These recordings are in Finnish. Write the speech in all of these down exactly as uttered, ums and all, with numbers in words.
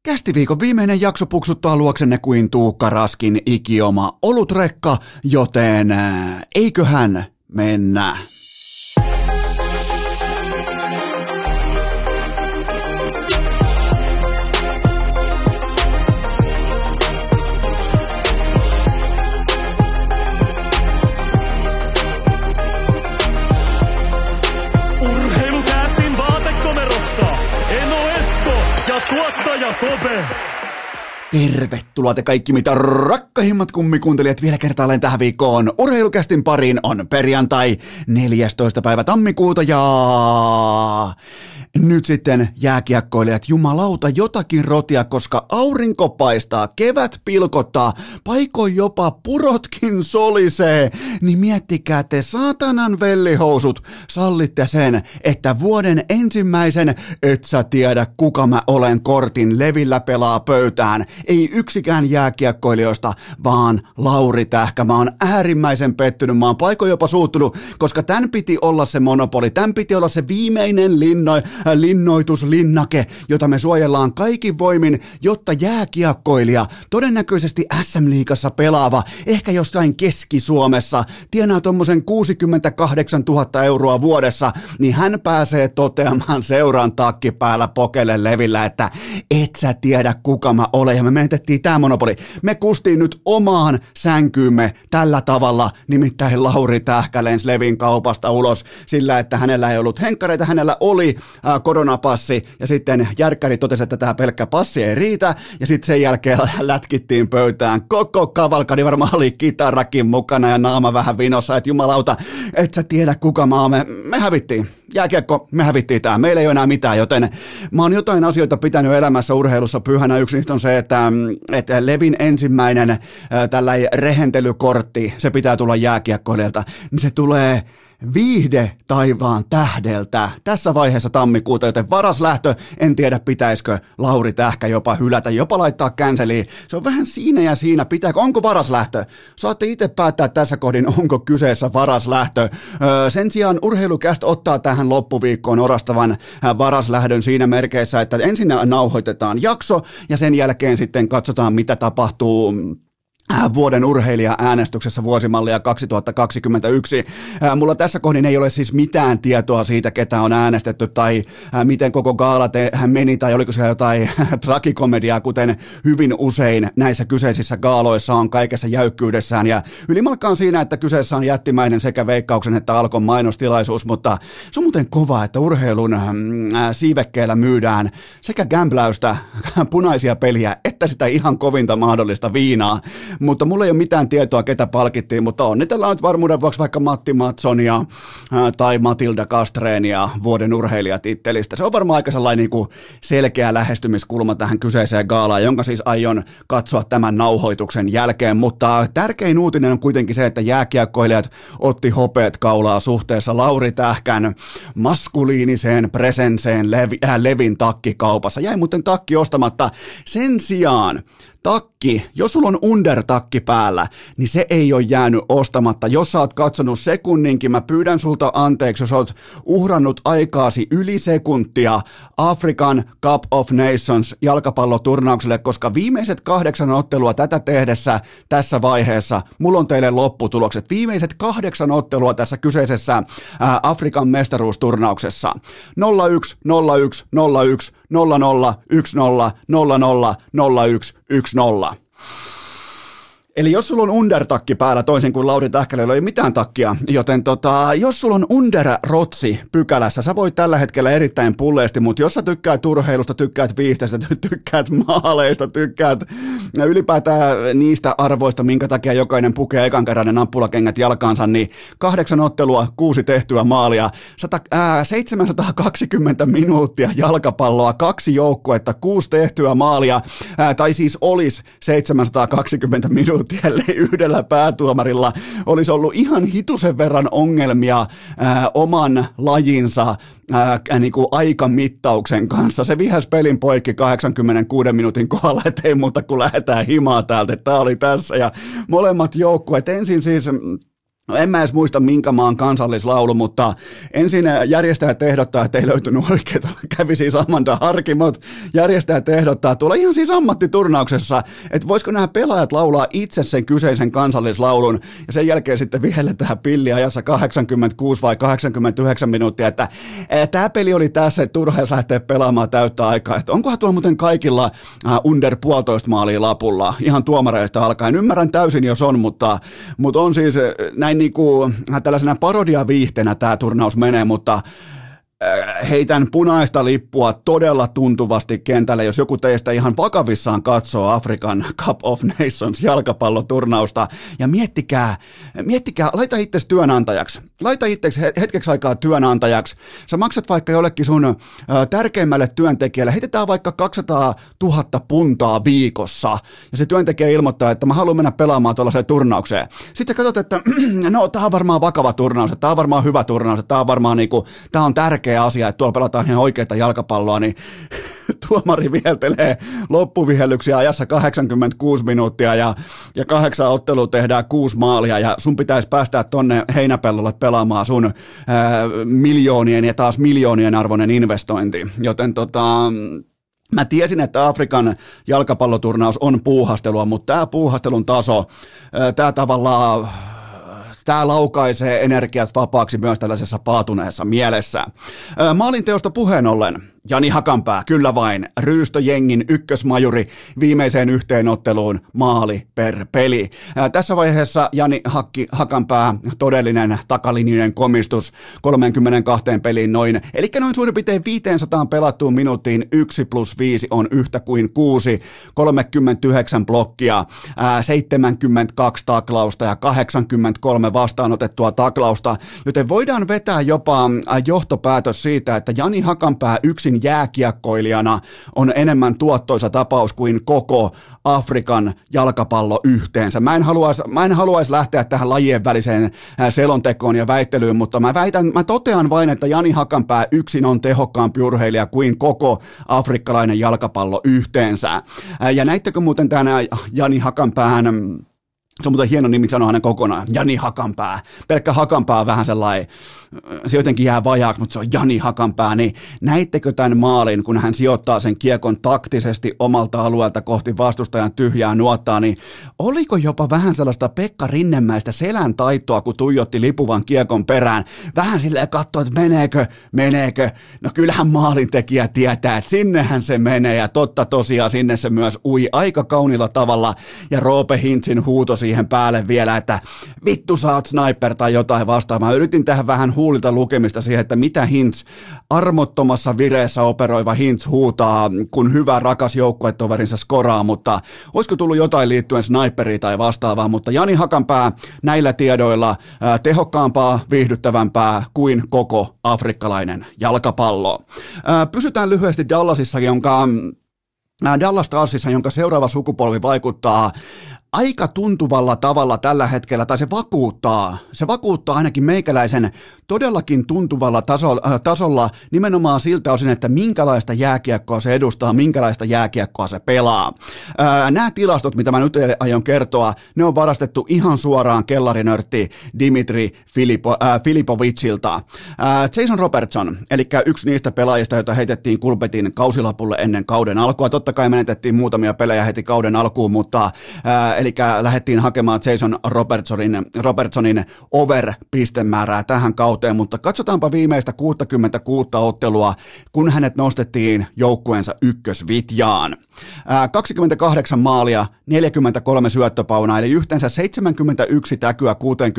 Kästiviikon viimeinen jakso puksuttaa luoksenne kuin Tuukka Raskin ikioma olutrekka, joten ää, eiköhän mennä. Urheilukästin vaatekomerossa Eno Esko ja tuottaja Kope. Tervetuloa te kaikki mitä rakkahimmat kummikuuntelijat vielä kertaalleen tähän viikkoon. Urheilukästin pariin on perjantai neljästoista päivä tammikuuta ja nyt sitten jääkiekkoilijat, jumalauta jotakin rotia, koska aurinko paistaa, kevät pilkottaa, paikoin jopa purotkin solisee, niin miettikää te saatanan vellihousut, sallitte sen, että vuoden ensimmäisen et sä tiedä kuka mä olen kortin levillä pelaa pöytään. Ei yksikään jääkiekkoilijoista, vaan Lauri Tähkä. Mä oon äärimmäisen pettynyt, mä oon paikoin jopa suuttunut, koska tän piti olla se monopoli, tän piti olla se viimeinen linno, äh, linnoituslinnake, jota me suojellaan kaikin voimin, jotta jääkiekkoilija, todennäköisesti äs äm-liigassa pelaava, ehkä jossain Keski-Suomessa, tienaa tommosen kuusikymmentäkahdeksantuhatta euroa vuodessa, niin hän pääsee toteamaan seuran takki päällä pokelle levillä, että et sä tiedä kuka mä olen, ja me menetettiin tää monopoli. Me kustiin nyt omaan sänkyymme tällä tavalla, nimittäin Lauri Tähkä lensi Levin kaupasta ulos sillä, että hänellä ei ollut henkkareita, hänellä oli äh, koronapassi, ja sitten järkkäri totesi, että tämä pelkkä passi ei riitä, ja sitten sen jälkeen lätkittiin pöytään. Koko kavalkadi varmaan oli kitarakin mukana ja naama vähän vinossa, että jumalauta, et sä tiedä kuka mä oon. Me, me hävittiin. Jääkiekko, me hävittiin tää. Meillä ei ole enää mitään, joten mä oon jotain asioita pitänyt elämässä urheilussa pyhänä. Yksi niistä on se, että, että Levin ensimmäinen äh, tällainen rehentelykortti, se pitää tulla jääkiekkoilijalta, niin se tulee viihde taivaan tähdeltä tässä vaiheessa tammikuuta, joten varas lähtö, en tiedä pitäisikö Lauri Tähkä jopa hylätä, jopa laittaa canceliin. Se on vähän siinä ja siinä, pitääkö, onko varas lähtö? Saatte itse päättää tässä kohdin, onko kyseessä varas lähtö. Öö, sen sijaan Urheilucast ottaa tähän loppuviikkoon orastavan varaslähdön siinä merkeissä, että ensin nauhoitetaan jakso ja sen jälkeen sitten katsotaan, mitä tapahtuu vuoden urheilija-äänestyksessä vuosimallia kaksituhattakaksikymmentäyksi. Mulla tässä kohdin ei ole siis mitään tietoa siitä, ketä on äänestetty tai miten koko gaala te- meni tai oliko siellä jotain tragikomediaa, kuten hyvin usein näissä kyseisissä gaaloissa on kaikessa jäykkyydessään. Ja ylimalkaan siinä, että kyseessä on jättimäinen sekä Veikkauksen että Alkon mainostilaisuus, mutta se on muuten kova, että urheilun siivekkeellä myydään sekä gambläystä, punaisia peliä, että sitä ihan kovinta mahdollista viinaa. Mutta mulla ei ole mitään tietoa, ketä palkittiin, mutta onnitellaan nyt varmuuden vuoksi vaikka Matti Mattsonia ää, tai Matilda Castreenia vuoden urheilijatittelistä. Se on varmaan aika sellainen niin kuin selkeä lähestymiskulma tähän kyseiseen gaalaan, jonka siis aion katsoa tämän nauhoituksen jälkeen, mutta tärkein uutinen on kuitenkin se, että jääkiekkoilijat otti hopeat kaulaa suhteessa Lauri Tähkän maskuliiniseen presenseen Levi, äh, Levin takkikaupassa. Jäi muuten takki ostamatta. Sen sijaan takki, jos sulla on undertakki päällä, niin se ei ole jäänyt ostamatta. Jos sä oot katsonut sekunninkin, mä pyydän sulta anteeksi, jos oot uhrannut aikaasi yli sekuntia African Cup of Nations jalkapalloturnaukselle, koska viimeiset kahdeksan ottelua tätä tehdessä tässä vaiheessa, mulla on teille lopputulokset. Viimeiset kahdeksan ottelua tässä kyseisessä ää, Afrikan mestaruusturnauksessa. nolla yksi, nolla yksi, nolla yksi, nolla nolla, yksi nolla, nolla nolla, nolla yksi, yksi nolla. Eli jos sulla on undertakki päällä, toisin kuin Lauri Tähkällä ei ole mitään takkia, joten tota, jos sulla on underrotsi pykälässä, sä voit tällä hetkellä erittäin pulleesti, mutta jos sä tykkäät urheilusta, tykkäät viihteestä, tykkäät maaleista, tykkäät ylipäätään niistä arvoista, minkä takia jokainen pukee ekan kerran ne nappulakengät jalkaansa, niin kahdeksan ottelua, kuusi tehtyä maalia, sata, ää, seitsemänsataakaksikymmentä minuuttia jalkapalloa, kaksi joukkuetta, kuusi tehtyä maalia, ää, tai siis olisi seitsemänsataakaksikymmentä minuuttia, ellei yhdellä päätuomarilla olisi ollut ihan hitusen verran ongelmia ää, oman lajinsa ää, niin kuin aikamittauksen kanssa. Se vihäs pelin poikki kahdeksankymmentäkuuden minuutin kohdalla, ettei muuta kuin lähdetään himaa täältä. Tämä oli tässä ja molemmat joukkueet ensin siis No en mä edes muista minkä maan kansallislaulu, mutta ensin järjestäjät ehdottaa, että ei löytynyt oikeita, kävi siis Amanda Harkimot, järjestäjät ehdottaa tuolla ihan siis ammattiturnauksessa, että voisiko nämä pelaajat laulaa itse sen kyseisen kansallislaulun, ja sen jälkeen sitten vihelletään pilliä ajassa kahdeksankymmentäkuusi vai kahdeksankymmentäyhdeksän minuuttia, että tämä peli oli tässä, että turha jos lähtee pelaamaan täyttä aikaa, että onkohan tuolla muuten kaikilla under puolitoista maalia lapulla, ihan tuomareista alkaen, ymmärrän täysin jos on, mutta, mutta on siis näin niin kuin tällaisena parodiaviihteenä tämä turnaus menee, mutta heitän punaista lippua todella tuntuvasti kentälle, jos joku teistä ihan vakavissaan katsoo African Cup of Nations jalkapalloturnausta. Ja miettikää, miettikää, laita itsesi työnantajaksi. Laita itsesi hetkeksi aikaa työnantajaksi. Sä maksat vaikka jollekin sun tärkeimmälle työntekijälle, heitetään vaikka kaksisataatuhatta puntaa viikossa. Ja se työntekijä ilmoittaa, että mä haluan mennä pelaamaan tuollaiseen turnaukseen. Sitten katsot, että no tää on varmaan vakava turnaus, tää on varmaan hyvä turnaus, tää on varmaan niinku, tää on tärkeä asia, että tuolla pelataan ihan oikeita jalkapalloa, niin tuomari viheltelee loppuvihellyksiä ajassa kahdeksankymmentäkuusi minuuttia ja, ja kahdeksan ottelua tehdään kuusi maalia ja sun pitäisi päästä tonne heinäpellolle pelaamaan sun ää, miljoonien ja taas miljoonien arvoinen investointi, joten tota... Mä tiesin, että Afrikan jalkapalloturnaus on puuhastelua, mutta tämä puuhastelun taso, tämä tavallaan Tämä laukaisee energiat vapaaksi myös tällaisessa paatuneessa mielessä. Maalinteosta puheen ollen, Jani Hakanpää, kyllä vain, Ryystöjengin ykkösmajuri viimeiseen yhteenotteluun maali per peli. Ää, tässä vaiheessa Jani Hakki, Hakanpää, todellinen takalinjojen komistus kolmekymmentäkaksi peliin noin, eli noin suurin piirtein viisisataa pelattuun minuuttiin, yksi plus viisi on yhtä kuin kuusi, kolmekymmentäyhdeksän blokkia, ää, seitsemänkymmentäkaksi taklausta ja kahdeksankymmentäkolme vastaanotettua taklausta, joten voidaan vetää jopa johtopäätös siitä, että Jani Hakanpää yksin jääkiekkoilijana on enemmän tuottoisa tapaus kuin koko Afrikan jalkapallo yhteensä. Mä en haluaisi, mä en haluaisi lähteä tähän lajien väliseen selontekoon ja väittelyyn, mutta mä, väitän, mä totean vain, että Jani Hakanpää yksin on tehokkaampi urheilija kuin koko afrikkalainen jalkapallo yhteensä. Ja näittekö muuten tänään Jani Hakanpään... Se on muuten hieno nimi sanoa hänen kokonaan, Jani Hakanpää. Pelkkä Hakanpää on vähän sellainen, se jotenkin jää vajaaksi, mutta se on Jani Hakanpää. Niin näittekö tämän maalin, kun hän sijoittaa sen kiekon taktisesti omalta alueelta kohti vastustajan tyhjää nuottaa, niin oliko jopa vähän sellaista Pekka Rinnemäistä selän taitoa, kun tuijotti lipuvan kiekon perään? Vähän silleen katsoi, että meneekö, meneekö? No kyllähän maalintekijä tietää, että sinnehän se menee, ja totta tosiaan sinne se myös ui aika kaunilla tavalla, ja Roope Hintzin huuto siihen päälle vielä, että vittu sä oot sniper tai jotain vastaan. Mä yritin tehdä vähän huulilta lukemista siihen, että mitä Hintz, armottomassa vireessä operoiva Hintz huutaa, kun hyvä rakas joukkuetoverinsa skoraa, mutta olisiko tullut jotain liittyen sniperiin tai vastaavaa, mutta Jani Hakanpää näillä tiedoilla ää, tehokkaampaa, viihdyttävämpää kuin koko afrikkalainen jalkapallo. Ää, pysytään lyhyesti Dallasissa, jonka ää, Dallas Starsissa, jonka seuraava sukupolvi vaikuttaa aika tuntuvalla tavalla tällä hetkellä, tai se vakuuttaa, se vakuuttaa ainakin meikäläisen todellakin tuntuvalla taso, äh, tasolla nimenomaan siltä osin, että minkälaista jääkiekkoa se edustaa, minkälaista jääkiekkoa se pelaa. Äh, nämä tilastot, mitä mä nyt aion kertoa, ne on varastettu ihan suoraan kellarinörtti Dimitri Filipo, äh, Filipovicilta. Äh, Jason Robertson, eli yksi niistä pelaajista, joita heitettiin Kulpetin kausilapulle ennen kauden alkua. Totta kai menetettiin muutamia pelejä heti kauden alkuun, mutta äh, eli lähdettiin hakemaan Jason Robertsonin, Robertsonin over-pistemäärää tähän kauteen, mutta katsotaanpa viimeistä kuusikymmentäkuusi ottelua, kun hänet nostettiin joukkueensa ykkösvitjaan. kaksikymmentäkahdeksan maalia, neljäkymmentäkolme syöttöpaunaa, eli yhteensä seitsemänkymmentäyksi täkyä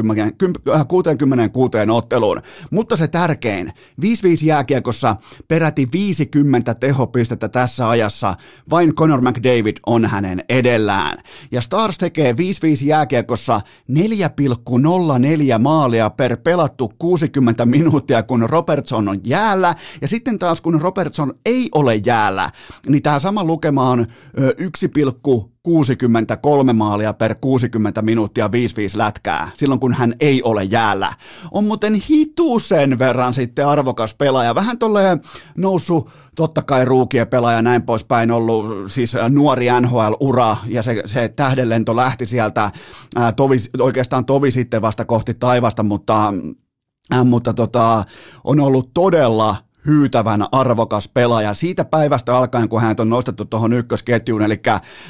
kuusikymmentäkuusi otteluun. Mutta se tärkein, viisi viisi jääkiekossa peräti viisikymmentä tehopistettä tässä ajassa, vain Connor McDavid on hänen edellään. Ja Stars tekee viisi viisi jääkiekossa neljä pilkku nolla neljä maalia per pelattu kuusikymmentä minuuttia, kun Robertson on jäällä, ja sitten taas kun Robertson ei ole jäällä, niin tämä sama lukema on yksi pilkku kuusikymmentäkolme maalia per kuusikymmentä minuuttia viisi viisi lätkää, silloin kun hän ei ole jäällä. On muuten hitusen verran sitten arvokas pelaaja, vähän tolleen noussut, totta kai ruukien pelaaja näin poispäin, ollut siis nuori N H L-ura, ja se, se tähdenlento lähti sieltä ää, tovi, oikeastaan tovi sitten vasta kohti taivasta, mutta, ää, mutta tota, on ollut todella hyytävän arvokas pelaaja siitä päivästä alkaen, kun hän on nostettu tuohon ykkösketjuun, eli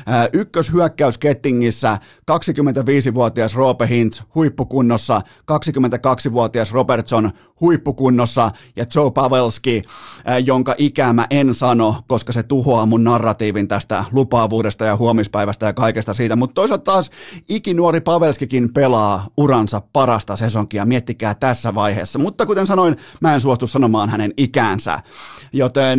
ykköshyökkäyskettingissä kaksikymmentäviisivuotias Roope Hintz huippukunnossa, kaksikymmentäkaksivuotias Robertson huippukunnossa ja Joe Pavelski, jonka ikää mä en sano, koska se tuhoaa mun narratiivin tästä lupaavuudesta ja huomispäivästä ja kaikesta siitä, mutta toisaalta taas ikinuori Pavelskikin pelaa uransa parasta sesonkia, miettikää tässä vaiheessa, mutta kuten sanoin, mä en suostu sanomaan hänen ikää. Joten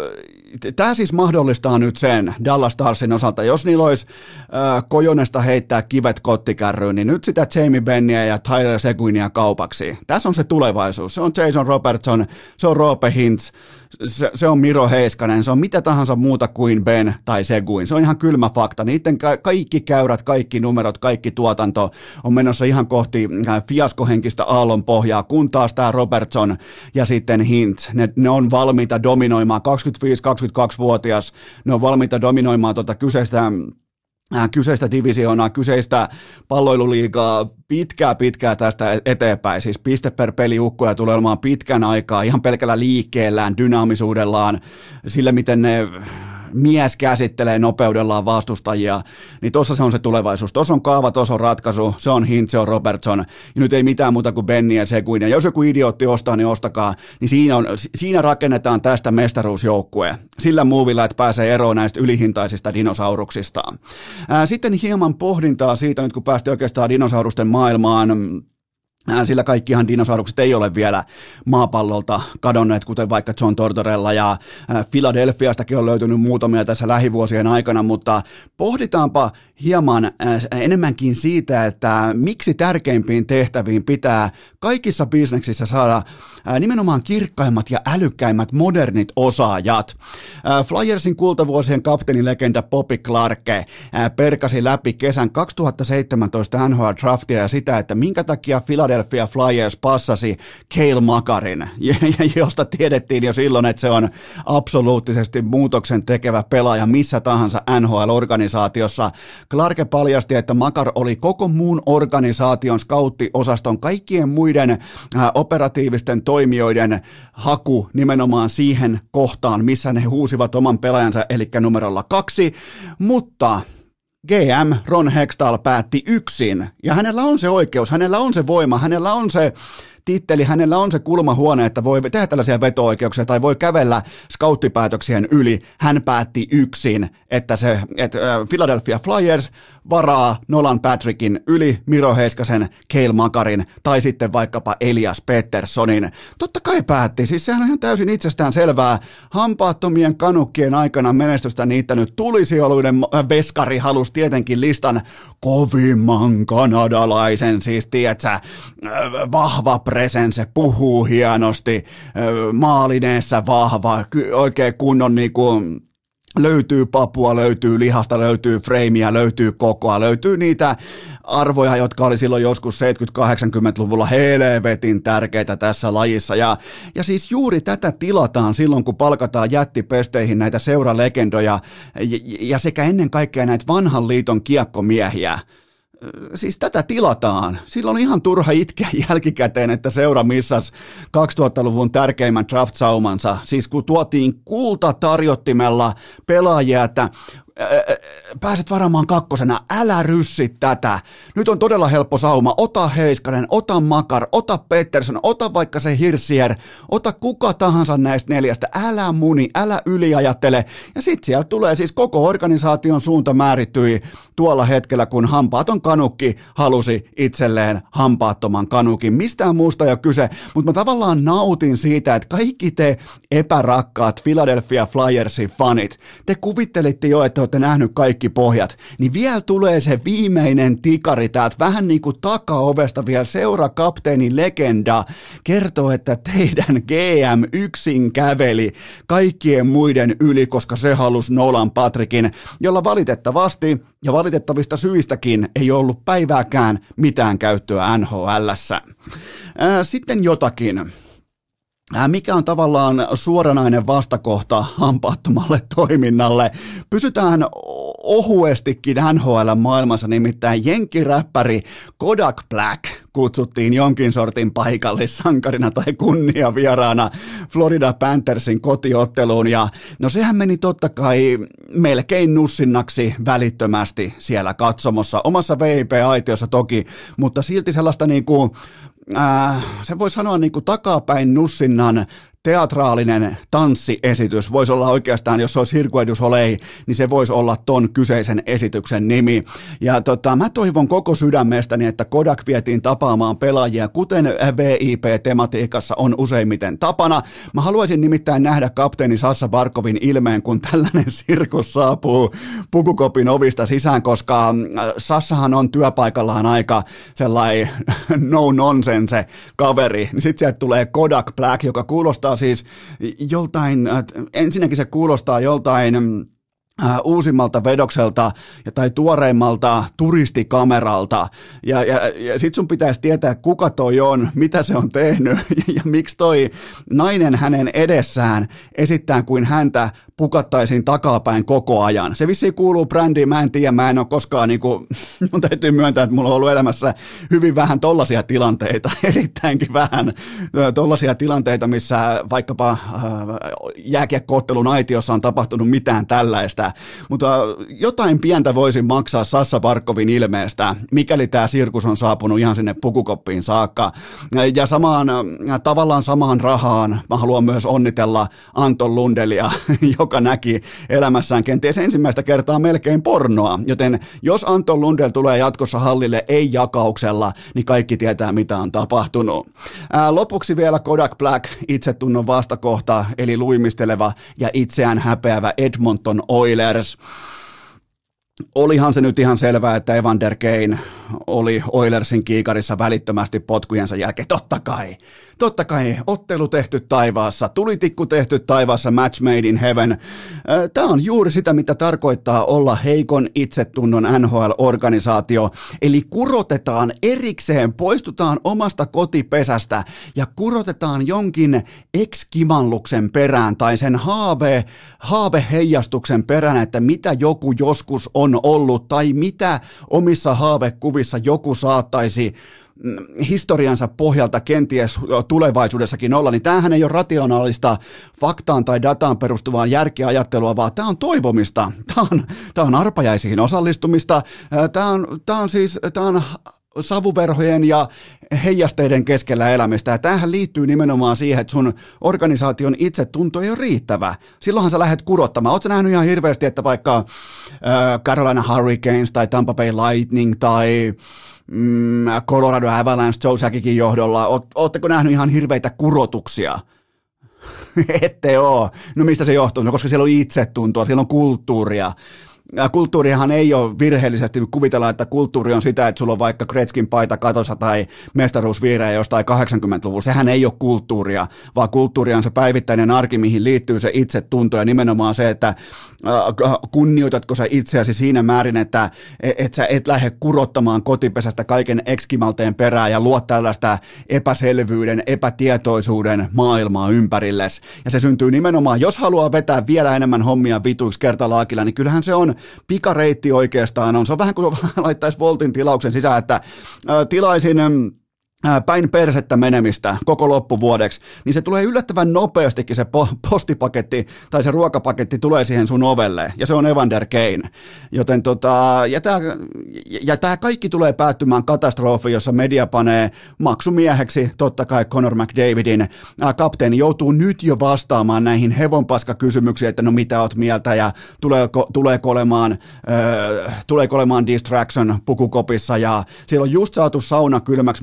tämä siis mahdollistaa nyt sen Dallas Starsin osalta, jos niillä olisi äh, Kojonesta heittää kivet kottikärryyn, niin nyt sitä Jamie Benniä ja Tyler Seguinia kaupaksi. Tässä on se tulevaisuus, se on Jason Robertson, se on Roope Hintz, se, se on Miro Heiskanen, se on mitä tahansa muuta kuin Ben tai Seguin, se on ihan kylmä fakta, niiden ka- kaikki käyrät, kaikki numerot, kaikki tuotanto on menossa ihan kohti äh, fiaskohenkistä aallon pohjaa, kun taas tämä Robertson ja sitten Hintz, ne, ne on valmiita dominoimaan kaksikymmentäviisi kaksikymmentäkaksivuotias, ne on valmiita dominoimaan tuota kyseistä, äh, kyseistä divisioonaa, kyseistä palloiluliigaa pitkää pitkää tästä eteenpäin, siis piste per peli ukkoja tulee olemaan pitkän aikaa ihan pelkällä liikkeellään, dynaamisuudellaan, sillä miten ne mies käsittelee nopeudellaan vastustajia, niin tuossa se on se tulevaisuus. Tuossa on kaava, tuossa on ratkaisu, se on Hintz, se on Robertson, ja nyt ei mitään muuta kuin Benni ja Seguin. Ja jos joku idiootti ostaa, niin ostakaa, niin siinä, on, siinä rakennetaan tästä mestaruusjoukkue. Sillä muuvilla, että pääsee eroon näistä ylihintaisista dinosauruksista. Sitten hieman pohdintaa siitä, nyt kun päästiin oikeastaan dinosaurusten maailmaan, sillä kaikkihan dinosaurukset ei ole vielä maapallolta kadonneet, kuten vaikka John Tortorella ja Philadelphiastakin on löytynyt muutamia tässä lähivuosien aikana, mutta pohditaanpa hieman enemmänkin siitä, että miksi tärkeimpiin tehtäviin pitää kaikissa bisneksissä saada nimenomaan kirkkaimmat ja älykkäimmät modernit osaajat. Flyersin kultavuosien kapteenilegenda Bobby Clarke perkasi läpi kesän kaksituhattaseitsemäntoista N H L-draftia ja sitä, että minkä takia Philadelphia Flyers passasi Cale Makarin, josta tiedettiin jo silloin, että se on absoluuttisesti muutoksen tekevä pelaaja missä tahansa N H L-organisaatiossa. Clarke paljasti, että Makar oli koko muun organisaation scoutti-osaston kaikkien muiden operatiivisten toimijoiden haku nimenomaan siihen kohtaan, missä ne huusivat oman pelaajansa, eli numerolla kaksi, mutta G M Ron Hextall päätti yksin, ja hänellä on se oikeus, hänellä on se voima, hänellä on se titteli, hänellä on se kulmahuone, että voi tehdä tällaisia veto-oikeuksia tai voi kävellä scouttipäätöksien yli. Hän päätti yksin, että se että Philadelphia Flyers varaa Nolan Patrickin yli Miro Heiskasen, Cale Makarin tai sitten vaikkapa Elias Petterssonin. Totta kai päätti, siis sehän on ihan täysin itsestään selvää. Hampaattomien kanukkien aikana menestystä niittänyt tulisioluiden veskari halusi tietenkin listan kovimman kanadalaisen, siis tiedätkö, vahva presence, puhuu hienosti, maalineessa vahva, oikein kunnon niinku löytyy papua, löytyy lihasta, löytyy freimiä, löytyy kokoa, löytyy niitä arvoja, jotka oli silloin joskus seitsemänkymmentä-kahdeksankymmentäluvulla helvetin tärkeitä tässä lajissa. Ja, ja siis juuri tätä tilataan silloin, kun palkataan jättipesteihin näitä seuralegendoja ja, ja sekä ennen kaikkea näitä vanhan liiton kiekkomiehiä. Siis tätä tilataan. Silloin on ihan turha itkeä jälkikäteen, että seura missasi kaksituhattaluvun tärkeimmän draft-saumansa. Siis kun tuotiin kultatarjottimella pelaajia, että pääset varaamaan kakkosena, älä ryssi tätä. Nyt on todella helppo sauma, ota Heiskanen, ota Makar, ota Pettersson, ota vaikka se Hirsier, ota kuka tahansa näistä neljästä, älä muni, älä yliajattele. Ja sitten sieltä tulee siis koko organisaation suunta määrittyi tuolla hetkellä, kun hampaaton kanukki halusi itselleen hampaattoman kanukin. Mistään muusta ei ole kyse, mutta mä tavallaan nautin siitä, että kaikki te epärakkaat Philadelphia Flyersin fanit, te kuvittelitte jo, että olette nähnyt kaikki kaikki pohjat, niin vielä tulee se viimeinen tikari täältä vähän niin kuin takaovesta vielä seurakapteenin legenda kertoo, että teidän G M yksin käveli kaikkien muiden yli, koska se halusi Nolan Patrickin, jolla valitettavasti ja valitettavista syistäkin ei ollut päivääkään mitään käyttöä N H L:ssä. Sitten jotakin. Mikä on tavallaan suoranainen vastakohta hampaattomalle toiminnalle? Pysytään ohuestikin N H L-maailmassa, nimittäin jenkkiräppäri Kodak Black kutsuttiin jonkin sortin paikallissankarina tai kunniavieraana Florida Panthersin kotiotteluun, ja no sehän meni totta kai melkein nussinnaksi välittömästi siellä katsomossa, omassa V I P-aitiossa toki, mutta silti sellaista niinku Äh, se voi sanoa niin kuin takapäin nussinnan teatraalinen tanssiesitys. Voisi olla oikeastaan, jos se olisi Cirque du Soleil, niin se voisi olla ton kyseisen esityksen nimi. Ja tota, mä toivon koko sydämestäni, että Kodak vietiin tapaamaan pelaajia, kuten V I P-tematiikassa on useimmiten tapana. Mä haluaisin nimittäin nähdä kapteeni Sasha Barkovin ilmeen, kun tällainen sirkus saapuu pukukopin ovista sisään, koska Sassahan on työpaikallaan aika sellainen no-nonsense kaveri. Sitten sieltä tulee Kodak Black, joka kuulostaa siis joltain, ensinnäkin se kuulostaa joltain äh, uusimmalta vedokselta tai tuoreimmalta turistikameralta, ja, ja, ja sit sun pitäisi tietää, kuka toi on, mitä se on tehnyt, ja, ja miksi toi nainen hänen edessään esittää kuin häntä pukattaisiin takapäin koko ajan. Se vissiin kuuluu brändiin, mä en tiedä, mä en ole koskaan, niin kuin, mun täytyy myöntää, että mulla on ollut elämässä hyvin vähän tollaisia tilanteita, erittäinkin vähän tollaisia tilanteita, missä vaikkapa äh, jääkiekko-ottelun aitiossa on tapahtunut mitään tällaista, mutta jotain pientä voisin maksaa Sasha Barkovin ilmeestä, mikäli tämä sirkus on saapunut ihan sinne pukukoppiin saakka. Ja samaan, tavallaan samaan rahaan mä haluan myös onnitella Anton Lundelia, joka näki elämässään kenties ensimmäistä kertaa melkein pornoa, joten jos Anton Lundell tulee jatkossa hallille ei jakauksella, niin kaikki tietää, mitä on tapahtunut. Ää, lopuksi vielä Kodak Black, itsetunnon vastakohta, eli luimisteleva ja itseään häpeävä Edmonton Oilers. Olihan se nyt ihan selvää, että Evander Kane oli Oilersin kiikarissa välittömästi potkujensa jälkeen. Totta kai, totta kai, ottelu tehty taivaassa, tulitikku tehty taivaassa, match made in heaven. Tämä on juuri sitä, mitä tarkoittaa olla heikon itsetunnon N H L-organisaatio, eli kurotetaan erikseen, poistutaan omasta kotipesästä ja kurotetaan jonkin ex-kimalluksen perään tai sen haave, haaveheijastuksen perään, että mitä joku joskus on ollut tai mitä omissa haavekuvissa joku saattaisi historiansa pohjalta kenties tulevaisuudessakin olla, niin tämähän ei ole rationaalista faktaan tai dataan perustuvaa järkiajattelua, vaan tämä on toivomista, tämä on, tämä on arpajaisiin osallistumista, tämä on, tämä on siis tämä on savuverhojen ja heijasteiden keskellä elämistä. Ja tämähän liittyy nimenomaan siihen, että sun organisaation itsetunto ei ole riittävä. Silloinhan sä lähdet kurottamaan. Ootko nähnyt ihan hirveästi, että vaikka äh, Carolina Hurricanes tai Tampa Bay Lightning tai mm, Colorado Avalanche Joe Sackikin johdolla, oot, ootteko nähnyt ihan hirveitä kurotuksia? Ette oo. No mistä se johtuu? No koska siellä on itsetuntoa, siellä on kulttuuria. Kulttuurihan ei ole virheellisesti kuvitella, että kulttuuri on sitä, että sulla on vaikka Gretzkin paita katossa tai mestaruusviirejä jostain kahdeksankymmentäluvulla. Sehän ei ole kulttuuria, vaan kulttuuri on se päivittäinen arki, mihin liittyy se itsetunto ja nimenomaan se, että kunnioitatko sä itseäsi siinä määrin, että et sä et lähde kurottamaan kotipesästä kaiken ex-kimalteen perään ja luot tällaista epäselvyyden, epätietoisuuden maailmaa ympärilles. Ja se syntyy nimenomaan, jos haluaa vetää vielä enemmän hommia vituiksi kertalaakilla, niin kyllähän se on pikareitti oikeastaan on. Se on vähän kuin laittaisi Voltin tilauksen sisään, että ää, tilaisin päin persettä menemistä koko loppuvuodeksi, niin se tulee yllättävän nopeastikin se postipaketti tai se ruokapaketti tulee siihen sun ovelle, ja se on Evander Kane. Joten tota, ja tämä ja tää kaikki tulee päättymään katastrofiin, jossa media panee maksumieheksi, totta kai Connor McDavidin. Kapteeni joutuu nyt jo vastaamaan näihin hevonpaskakysymyksiin, että no mitä oot mieltä, ja tuleeko, tuleeko olemaan, äh, tuleeko olemaan distraction pukukopissa, ja siellä on just saatu sauna kylmäksi Mikko Koskinen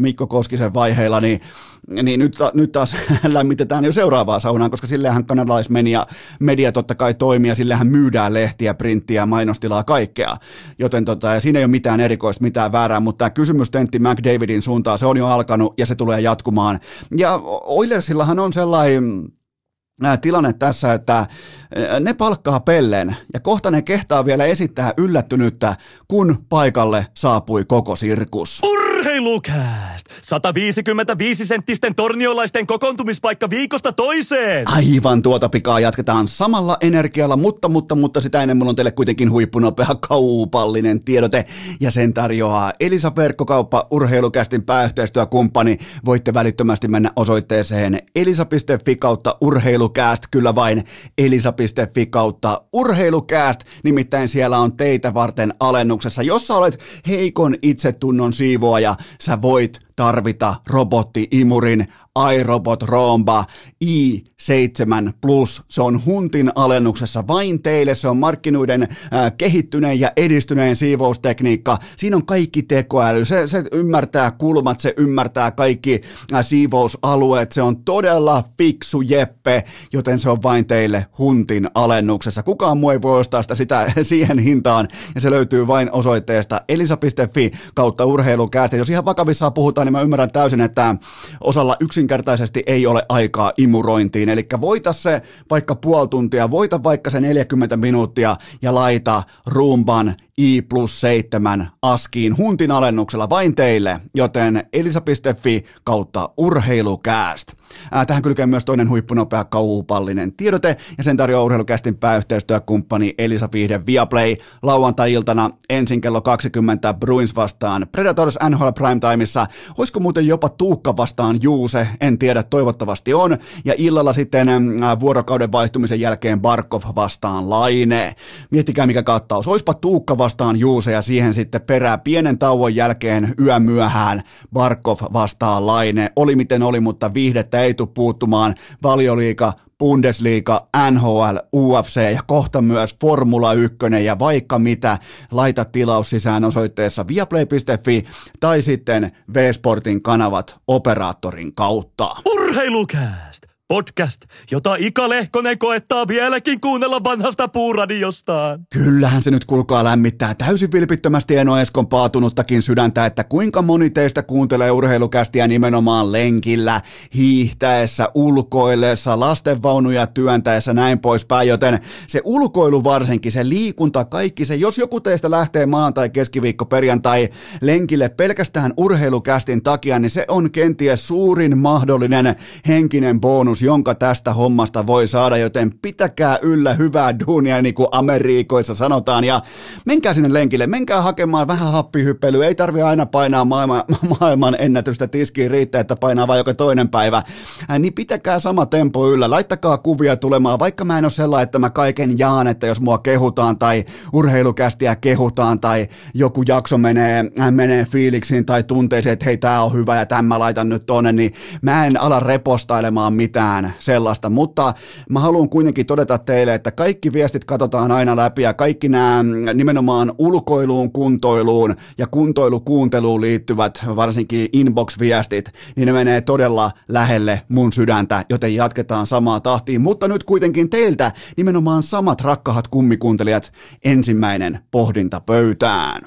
Koskisen vaiheilla, niin niin nyt, nyt taas lämmitetään jo seuraavaa saunaa, koska sillehän kanadalaismedia media totta kai toimii ja sillehän myydään lehtiä, printtiä, mainostilaa, kaikkea. Joten tota, ja siinä ei ole mitään erikoista, mitään väärää, mutta tämä kysymystentti McDavidin suuntaan, se on jo alkanut ja se tulee jatkumaan. Ja Oilersillahan on sellainen tilanne tässä, että ne palkkaa Pellen ja kohta ne kehtaa vielä esittää yllättynyttä, kun paikalle saapui koko sirkus. Urheilukääst! sata viisikymmentäviisi senttisten torniolaisten kokoontumispaikka viikosta toiseen! Aivan tuota pikaa jatketaan samalla energialla, mutta, mutta, mutta sitä ennen mulla on teille kuitenkin huippunopea kaupallinen tiedote ja sen tarjoaa Elisa Verkkokauppa, Urheilukästin pääyhteistyökumppani. Voitte välittömästi mennä osoitteeseen elisa piste fi kautta urheilukääst, kyllä vain elisa piste fi kautta urheilukääst, nimittäin siellä on teitä varten alennuksessa. Jos sä olet heikon itsetunnon siivoaja, sä voit tarvita robotti-imurin iRobot Roomba i seitsemän plus. Se on huntin alennuksessa vain teille. Se on markkinoiden äh, kehittyneen ja edistyneen siivoustekniikka. Siinä on kaikki tekoäly. Se, se ymmärtää kulmat, se ymmärtää kaikki äh, siivousalueet. Se on todella fiksu jeppe, joten se on vain teille huntin alennuksessa. Kukaan muu ei voi ostaa sitä, sitä siihen hintaan ja se löytyy vain osoitteesta elisa piste fi kautta urheilukäästä. Jos ihan vakavissaan puhutaan, niin mä ymmärrän täysin, että osalla yksinkertaisesti ei ole aikaa imurointiin. Eli voita se vaikka puoli tuntia, voita vaikka se neljäkymmentä minuuttia ja laita Roomban i plus seitsemän askiin huntin alennuksella vain teille, joten elisa piste fi kautta urheilukääst. Ää, tähän kylkee myös toinen huippunopea kaupallinen tiedote, ja sen tarjoaa Urheilukästin pääyhteistyökumppani Elisa Viihde Viaplay lauantai-iltana ensin kello kaksikymmentä Bruins vastaan Predators N H L Primetimeissa. Olisiko muuten jopa Tuukka vastaan Juuse? En tiedä, toivottavasti on. Ja illalla sitten ää, vuorokauden vaihtumisen jälkeen Barkov vastaan Laine. Miettikää mikä kattaus. Oispa Tuukka vastaan Juuse ja siihen sitten perää pienen tauon jälkeen yömyöhään Barkov vastaan Laine. Oli miten oli, mutta viihdettä ei tule puuttumaan. Valioliiga, Bundesliga, N H L, U F C ja kohta myös Formula yksi ja vaikka mitä, laita tilaus sisään osoitteessa viaplay piste fi tai sitten V-Sportin kanavat operaattorin kautta. Urheilukääst! Podcast, jota Ika Lehkonen koettaa vieläkin kuunnella vanhasta puuradiostaan. Kyllähän se nyt kuulkaa lämmittää täysin vilpittömästi Eno Eskon paatunuttakin sydäntä, että kuinka moni teistä kuuntelee urheilukästiä nimenomaan lenkillä, hiihtäessä, ulkoillessa, lastenvaunuja työntäessä, näin poispäin, joten se ulkoilu varsinkin, se liikunta, kaikki se, jos joku teistä lähtee maanantai, keskiviikko, perjantai lenkille pelkästään urheilukästin takia, niin se on kenties suurin mahdollinen henkinen bonus, jonka tästä hommasta voi saada, joten pitäkää yllä hyvää duunia, niin kuin Amerikoissa sanotaan, ja menkää sinne lenkille, menkää hakemaan vähän happihyppelyä, ei tarvitse aina painaa maailman, maailman ennätystä tiskiin, riittää, että painaa vain joka toinen päivä, äh, niin pitäkää sama tempo yllä, laittakaa kuvia tulemaan, vaikka mä en ole sellainen, että mä kaiken jaan, että jos mua kehutaan, tai urheilukästiä kehutaan, tai joku jakso menee, äh, menee fiiliksiin tai tunteisiin, että hei, tää on hyvä, ja tämän mä laitan nyt tonne, niin mä en ala repostailemaan mitään sellaista, mutta mä haluan kuitenkin todeta teille, että kaikki viestit katsotaan aina läpi ja kaikki nämä nimenomaan ulkoiluun, kuntoiluun ja kuntoilukuunteluun liittyvät varsinkin inbox-viestit, niin ne menee todella lähelle mun sydäntä, joten jatketaan samaa tahtiin, mutta nyt kuitenkin teiltä nimenomaan samat rakkahat kummikuuntelijat, ensimmäinen pohdinta pöytään.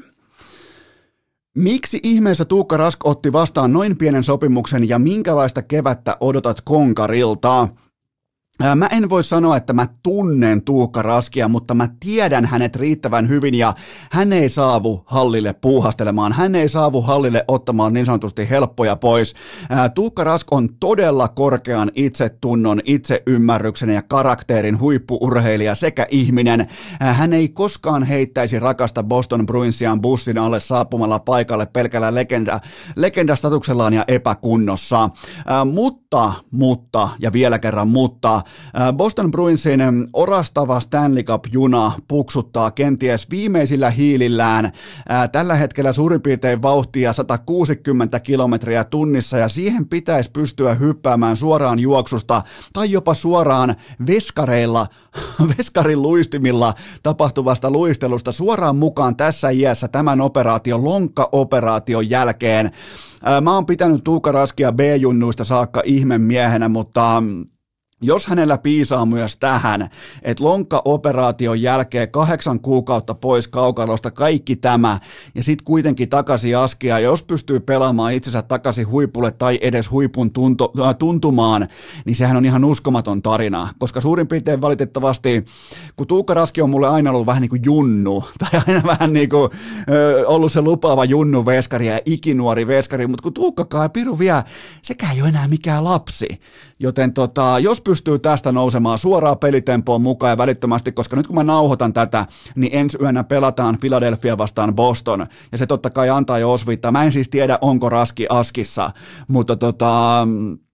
Miksi ihmeessä Tuukka Rask otti vastaan noin pienen sopimuksen ja minkälaista kevättä odotat konkarilta? Mä en voi sanoa, että mä tunnen Tuukka Raskia, mutta mä tiedän hänet riittävän hyvin ja hän ei saavu hallille puuhastelemaan, hän ei saavu hallille ottamaan niin sanotusti helppoja pois. Tuukka Rask on todella korkean itsetunnon, itseymmärryksen ja karakterin huippu-urheilija sekä ihminen. Hän ei koskaan heittäisi rakasta Boston Bruinsiaan bussin alle saapumalla paikalle pelkällä legenda, legendastatuksellaan ja epäkunnossa. Mutta, mutta ja vielä kerran mutta, Boston Bruinsin orastava Stanley Cup-juna puksuttaa kenties viimeisillä hiilillään tällä hetkellä suurin piirtein vauhtia sata kuusikymmentä kilometriä tunnissa, ja siihen pitäisi pystyä hyppäämään suoraan juoksusta tai jopa suoraan veskareilla, veskarin luistimilla tapahtuvasta luistelusta suoraan mukaan tässä iässä tämän operaation, lonkka-operaation jälkeen. Mä oon pitänyt Tuukka Raskia B-junnuista saakka ihmemiehenä, mutta jos hänellä piisaa myös tähän, että lonkka-operaation jälkeen kahdeksan kuukautta pois kaukalosta kaikki tämä, ja sitten kuitenkin takaisin askia, ja jos pystyy pelaamaan itsensä takaisin huipulle tai edes huipun tunto, äh, tuntumaan, niin sehän on ihan uskomaton tarina, koska suurin piirtein valitettavasti, kun Tuukka Raski on mulle aina ollut vähän niin kuin junnu, tai aina vähän niin kuin ö, ollut se lupaava junnu veskari ja ikinuori veskari, mutta kun Tuukkakaan piru vielä, sekään ei ole enää mikään lapsi, joten tota, jos pystyy tästä nousemaan suoraan pelitempoon mukaan ja välittömästi, koska nyt kun mä nauhoitan tätä, niin ensi yönä pelataan Philadelphia vastaan Boston, ja se totta kai antaa jo osviittaa. Mä en siis tiedä, onko Raski askissa, mutta tota...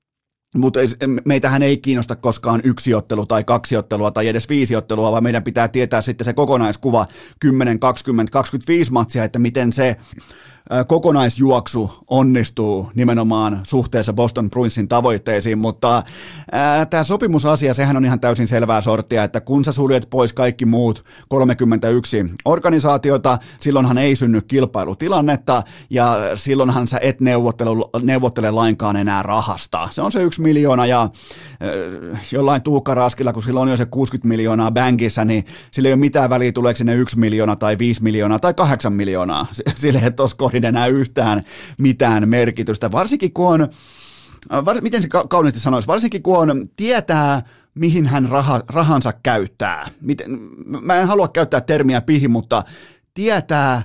Mutta meitähän ei kiinnosta koskaan yksi ottelu tai kaksi ottelua tai edes viisi ottelua, vaan meidän pitää tietää sitten se kokonaiskuva kymmenen, kaksikymmentä, kaksikymmentäviisi matsia, että miten se kokonaisjuoksu onnistuu nimenomaan suhteessa Boston Bruinsin tavoitteisiin, mutta tämä sopimusasia, sehän on ihan täysin selvää sorttia, että kun sä suljet pois kaikki muut kolmekymmentäyksi organisaatiota, silloinhan ei synny kilpailutilannetta ja silloinhan sä et neuvottele, neuvottele lainkaan enää rahasta. Se on se yksi miljoona ja äh, jollain Tuukka Raskilla, kun sillä on jo se kuusikymmentä miljoonaa bankissa, niin sillä ei ole mitään väliä, tuleeko sinne yksi miljoona tai viisi miljoonaa tai kahdeksan miljoonaa. Sille ei tuossa kohdin enää yhtään mitään merkitystä, varsinkin kun on, var, miten se kauniisti sanoisi, varsinkin kun on, tietää, mihin hän raha, rahansa käyttää. Miten, mä en halua käyttää termiä pihi, mutta tietää,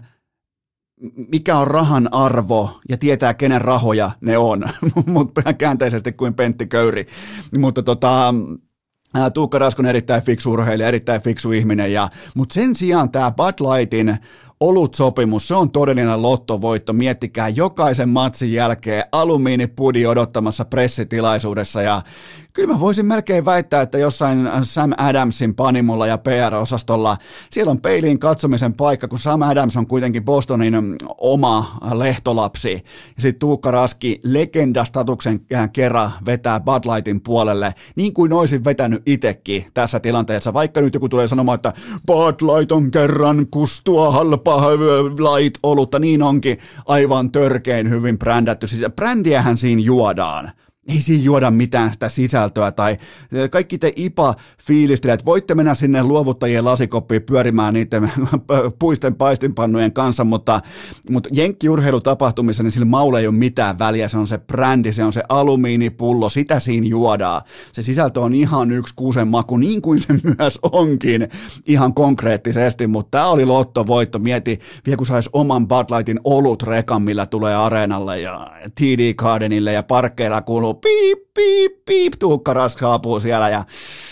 mikä on rahan arvo ja tietää, kenen rahoja ne on, mutta käänteisesti kuin Pentti Köyri, mutta tota... Tuukka Rask on erittäin fiksu urheilija, erittäin fiksu ihminen, ja, mutta sen sijaan tämä Bud Lightin olutsopimus, se on todellinen lottovoitto, miettikää jokaisen matsin jälkeen alumiinipudi odottamassa pressitilaisuudessa, ja kyllä mä voisin melkein väittää, että jossain Sam Adamsin panimolla ja P R-osastolla siellä on peiliin katsomisen paikka, kun Sam Adams on kuitenkin Bostonin oma lehtolapsi. Ja sitten Tuukka Raski legendastatuksen kerran vetää Bud Lightin puolelle, niin kuin olisin vetänyt itsekin tässä tilanteessa. Vaikka nyt joku tulee sanomaan, että Bud Light on kerran kustua halpa light-olutta, niin onkin aivan törkein hyvin brändätty. Siis brändiähän siinä juodaan. Ei siinä juoda mitään sitä sisältöä tai kaikki te I P A-fiilistelijät, voitte mennä sinne luovuttajien lasikoppiin pyörimään niiden puisten paistinpannujen kanssa, mutta, mutta jenkkiurheilutapahtumissa niin sillä maulla ei ole mitään väliä, se on se brändi, se on se alumiinipullo, sitä siinä juodaan. Se sisältö on ihan yksi kuusen maku, niin kuin se myös onkin ihan konkreettisesti, mutta tämä oli lottovoitto, mieti vielä kun saisi oman Bud Lightin olutrekan, millä tulee areenalle ja T D Gardenille ja parkkeilla kuuluu piip, piip, piip, Tuukka Rask saapuu siellä ja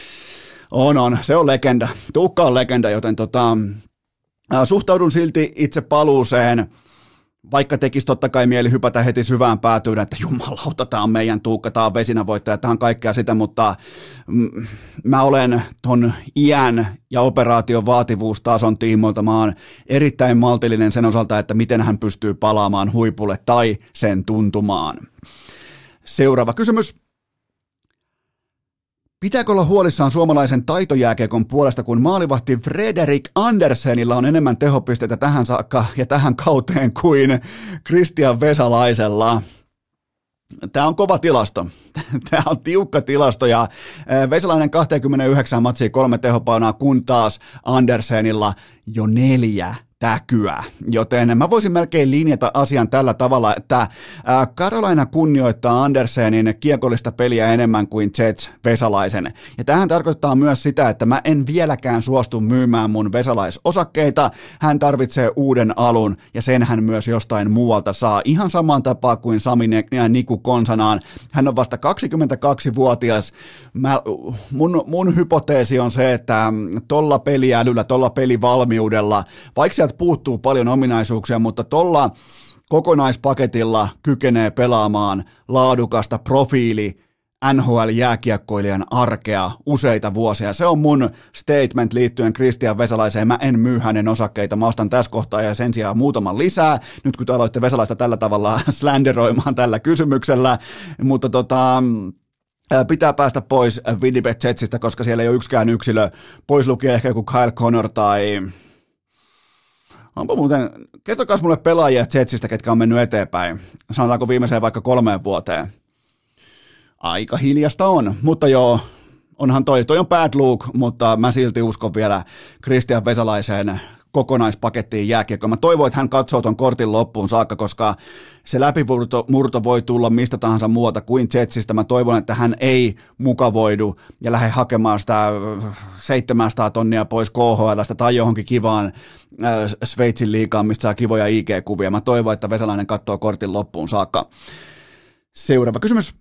on, on, se on legenda. Tuukka on legenda, joten tota, suhtaudun silti itse paluuseen, vaikka tekisi totta kai mieli hypätä heti syvään päätyyn, että jumalauta, tämä on meidän Tuukka, tämä on vesinävoittaja, tämä on kaikkea sitä, mutta mm, mä olen ton iän ja operaation vaativuustason tiimoilta, mä oon erittäin maltillinen sen osalta, että miten hän pystyy palaamaan huipulle tai sen tuntumaan. Seuraava kysymys. Pitääkö olla huolissaan suomalaisen taitojääkiekon puolesta, kun maalivahti Frederik Andersenilla on enemmän tehopisteitä tähän saakka ja tähän kauteen kuin Christian Vesalaisella? Tämä on kova tilasto. Tämä on tiukka tilasto ja Vesalainen kaksikymmentäyhdeksän matsia kolme tehopaunaa, kun taas Andersenilla jo neljä täkyä, joten mä voisin melkein linjata asian tällä tavalla, että Carolina kunnioittaa Andersenin kiekollista peliä enemmän kuin Jets Vesalaisen. Ja tähän tarkoittaa myös sitä, että mä en vieläkään suostu myymään mun Vesalaisosakkeita. Hän tarvitsee uuden alun ja sen hän myös jostain muualta saa. Ihan samaan tapaa kuin Sami ja Niku Konsanaan. Hän on vasta kaksikymmentäkaksivuotias. Mä, mun, mun hypoteesi on se, että tolla peliälyllä, tolla pelivalmiudella, vaikka sieltä puuttuu paljon ominaisuuksia, mutta tolla kokonaispaketilla kykenee pelaamaan laadukasta profiili N H L-jääkiekkoilijan arkea useita vuosia. Se on mun statement liittyen Kristian Vesalaiseen. Mä en myy hänen osakkeita. Mä ostan tässä kohtaa ja sen sijaan muutaman lisää. Nyt kun te aloitte Vesalaista tällä tavalla slanderoimaan tällä kysymyksellä. Mutta tota... pitää päästä pois Winnipeg Jetsistä, koska siellä ei ole yksikään yksilö. Pois lukee ehkä joku Kyle Connor tai... Onpa muuten... Kertokaa mulle pelaajia Jetsistä, ketkä on mennyt eteenpäin. Sanotaanko viimeiseen vaikka kolmeen vuoteen. Aika hiljasta on, mutta joo, onhan toi, toi on bad luck, mutta mä silti uskon vielä Kristian Vesalaiseen kokonaispakettiin jääkiekkoon. Mä toivon, että hän katsoo ton kortin loppuun saakka, koska se läpimurto murto voi tulla mistä tahansa muuta kuin Jetsistä. Mä toivon, että hän ei mukavoidu ja lähde hakemaan sitä seitsemänsataa tonnia pois K H L:stä tai johonkin kivaan äh, Sveitsin liigaan, mistä saa kivoja I G-kuvia. Mä toivon, että Vesalainen katsoo kortin loppuun saakka. Seuraava kysymys.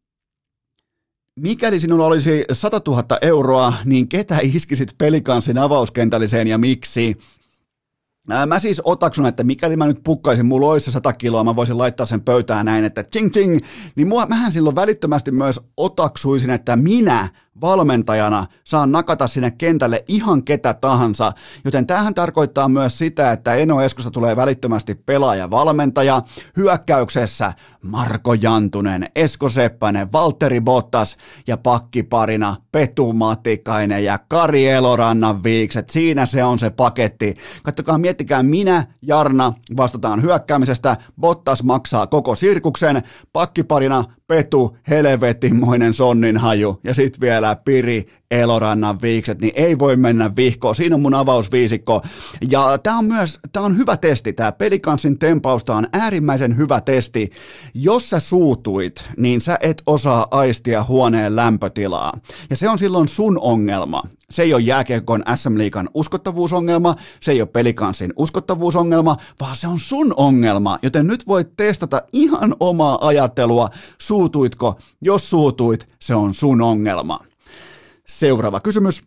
Mikäli sinulla olisi sata tuhatta euroa, niin ketä iskisit Pelicansin avauskentälliseen ja miksi? Mä siis otaksun, että mikäli mä nyt pukkaisin, mulla olisi sata kiloa, mä voisin laittaa sen pöytään näin, että ching ching, niin mua, mähän silloin välittömästi myös otaksuisin, että minä valmentajana saan nakata sinne kentälle ihan ketä tahansa, joten tämähän tarkoittaa myös sitä, että Eno Eskosta tulee välittömästi pelaaja-valmentaja, hyökkäyksessä Marko Jantunen, Esko Seppänen, Valtteri Bottas ja pakkiparina Petu Matikainen ja Kari Elorannan viikset, siinä se on se paketti. Katsokaa, miettikää, minä, Jarna, vastataan hyökkäämisestä, Bottas maksaa koko sirkuksen, pakkiparina Petu, helvetinmoinen sonninhaju ja sitten vielä Piri, Elorannan viikset, niin ei voi mennä vihkoon. Siinä on mun avausviisikko. Ja tää on myös, tää on hyvä testi, tää Pelicansin tempausta on äärimmäisen hyvä testi. Jos sä suutuit, niin sä et osaa aistia huoneen lämpötilaa. Ja se on silloin sun ongelma. Se ei ole jääkiekon S M-liigan uskottavuusongelma, se ei ole Pelicansin uskottavuusongelma, vaan se on sun ongelma, joten nyt voit testata ihan omaa ajattelua, suutuitko, jos suutuit, se on sun ongelma. Seuraava kysymys.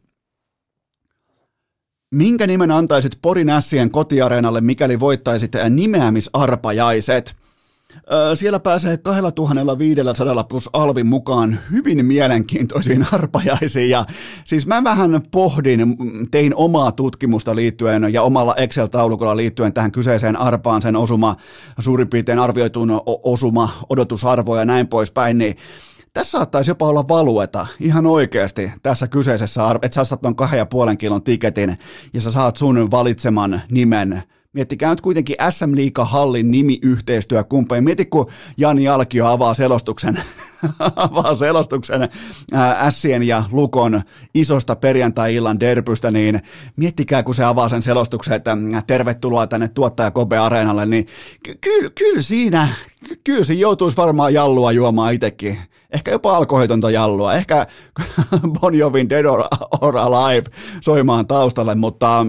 Minkä nimen antaisit Porin Ässien kotiareenalle, mikäli voittaisit nimeämisarpajaiset? Siellä pääsee kaksituhattaviisisataa plus alvin mukaan hyvin mielenkiintoisiin arpajaisiin ja siis mä vähän pohdin, tein omaa tutkimusta liittyen ja omalla Excel-taulukolla liittyen tähän kyseiseen arpaan, sen osuma, suurin piirtein arvioituun osuma, odotusarvo ja näin poispäin, niin tässä saattaisi jopa olla valueta ihan oikeasti tässä kyseisessä arvossa, että sä saat tuon kahden ja puolen kilon tiketin ja sä saat sun valitseman nimen. Miettikää nyt kuitenkin S M-liigahallin nimiyhteistyökumppani. Mieti, kun Jani Alkio avaa selostuksen, avaa selostuksen ää, Ässien ja Lukon isosta perjantai-illan derbystä, niin miettikää, kun se avaa sen selostuksen, että tervetuloa tänne Tuottaja Kobe Areenalle, niin ky- kyllä ky- siinä, ky- kyllä siinä joutuisi varmaan jallua juomaan itsekin. Ehkä jopa alkoholitonta jallua, ehkä Bon Jovin Dead or, or Alive soimaan taustalle, mutta...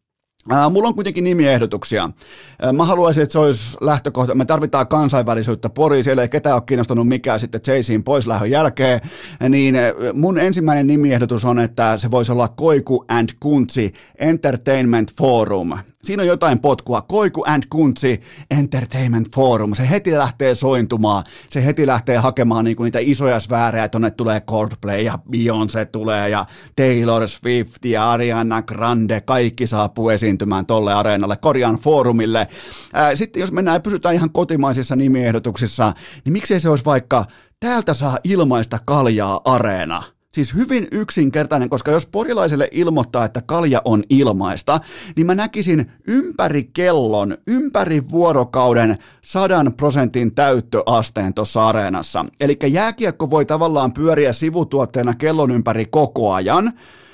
Äh, mulla on kuitenkin nimiehdotuksia. Äh, mä haluaisin, että se olisi lähtökohta. Me tarvitaan kansainvälisyyttä Poriin, siellä ei ketään ole kiinnostunut mikään sitten Jayceein poislähön jälkeen. Niin äh, mun ensimmäinen nimiehdotus on, että se voisi olla Koiku and Kuntsi Entertainment Forum. Siinä on jotain potkua. Koiku and Kuntsi Entertainment Forum. Se heti lähtee sointumaan. Se heti lähtee hakemaan niinku niitä isoja sfäärejä. Tonne tulee Coldplay ja Beyoncé tulee ja Taylor Swift ja Ariana Grande. Kaikki saapuu esiintymään tolle areenalle, korjaan foorumille. Ää, sitten jos mennään ja pysytään ihan kotimaisissa nimiehdotuksissa, niin miksei se olisi vaikka täältä saa ilmaista kaljaa areena. Siis hyvin yksinkertainen, koska jos porilaiselle ilmoittaa, että kalja on ilmaista, niin mä näkisin ympäri kellon, ympäri vuorokauden sadan prosentin täyttöasteen tuossa areenassa. Eli jääkiekko voi tavallaan pyöriä sivutuotteena kellon ympäri koko ajan,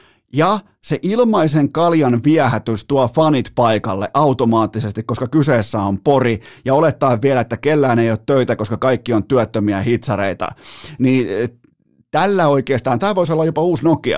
ja se ilmaisen kaljan viehätys tuo fanit paikalle automaattisesti, koska kyseessä on Pori, ja olettaa vielä, että kellään ei ole töitä, koska kaikki on työttömiä hitsareita, niin tällä oikeastaan, tämä voisi olla jopa uusi Nokia.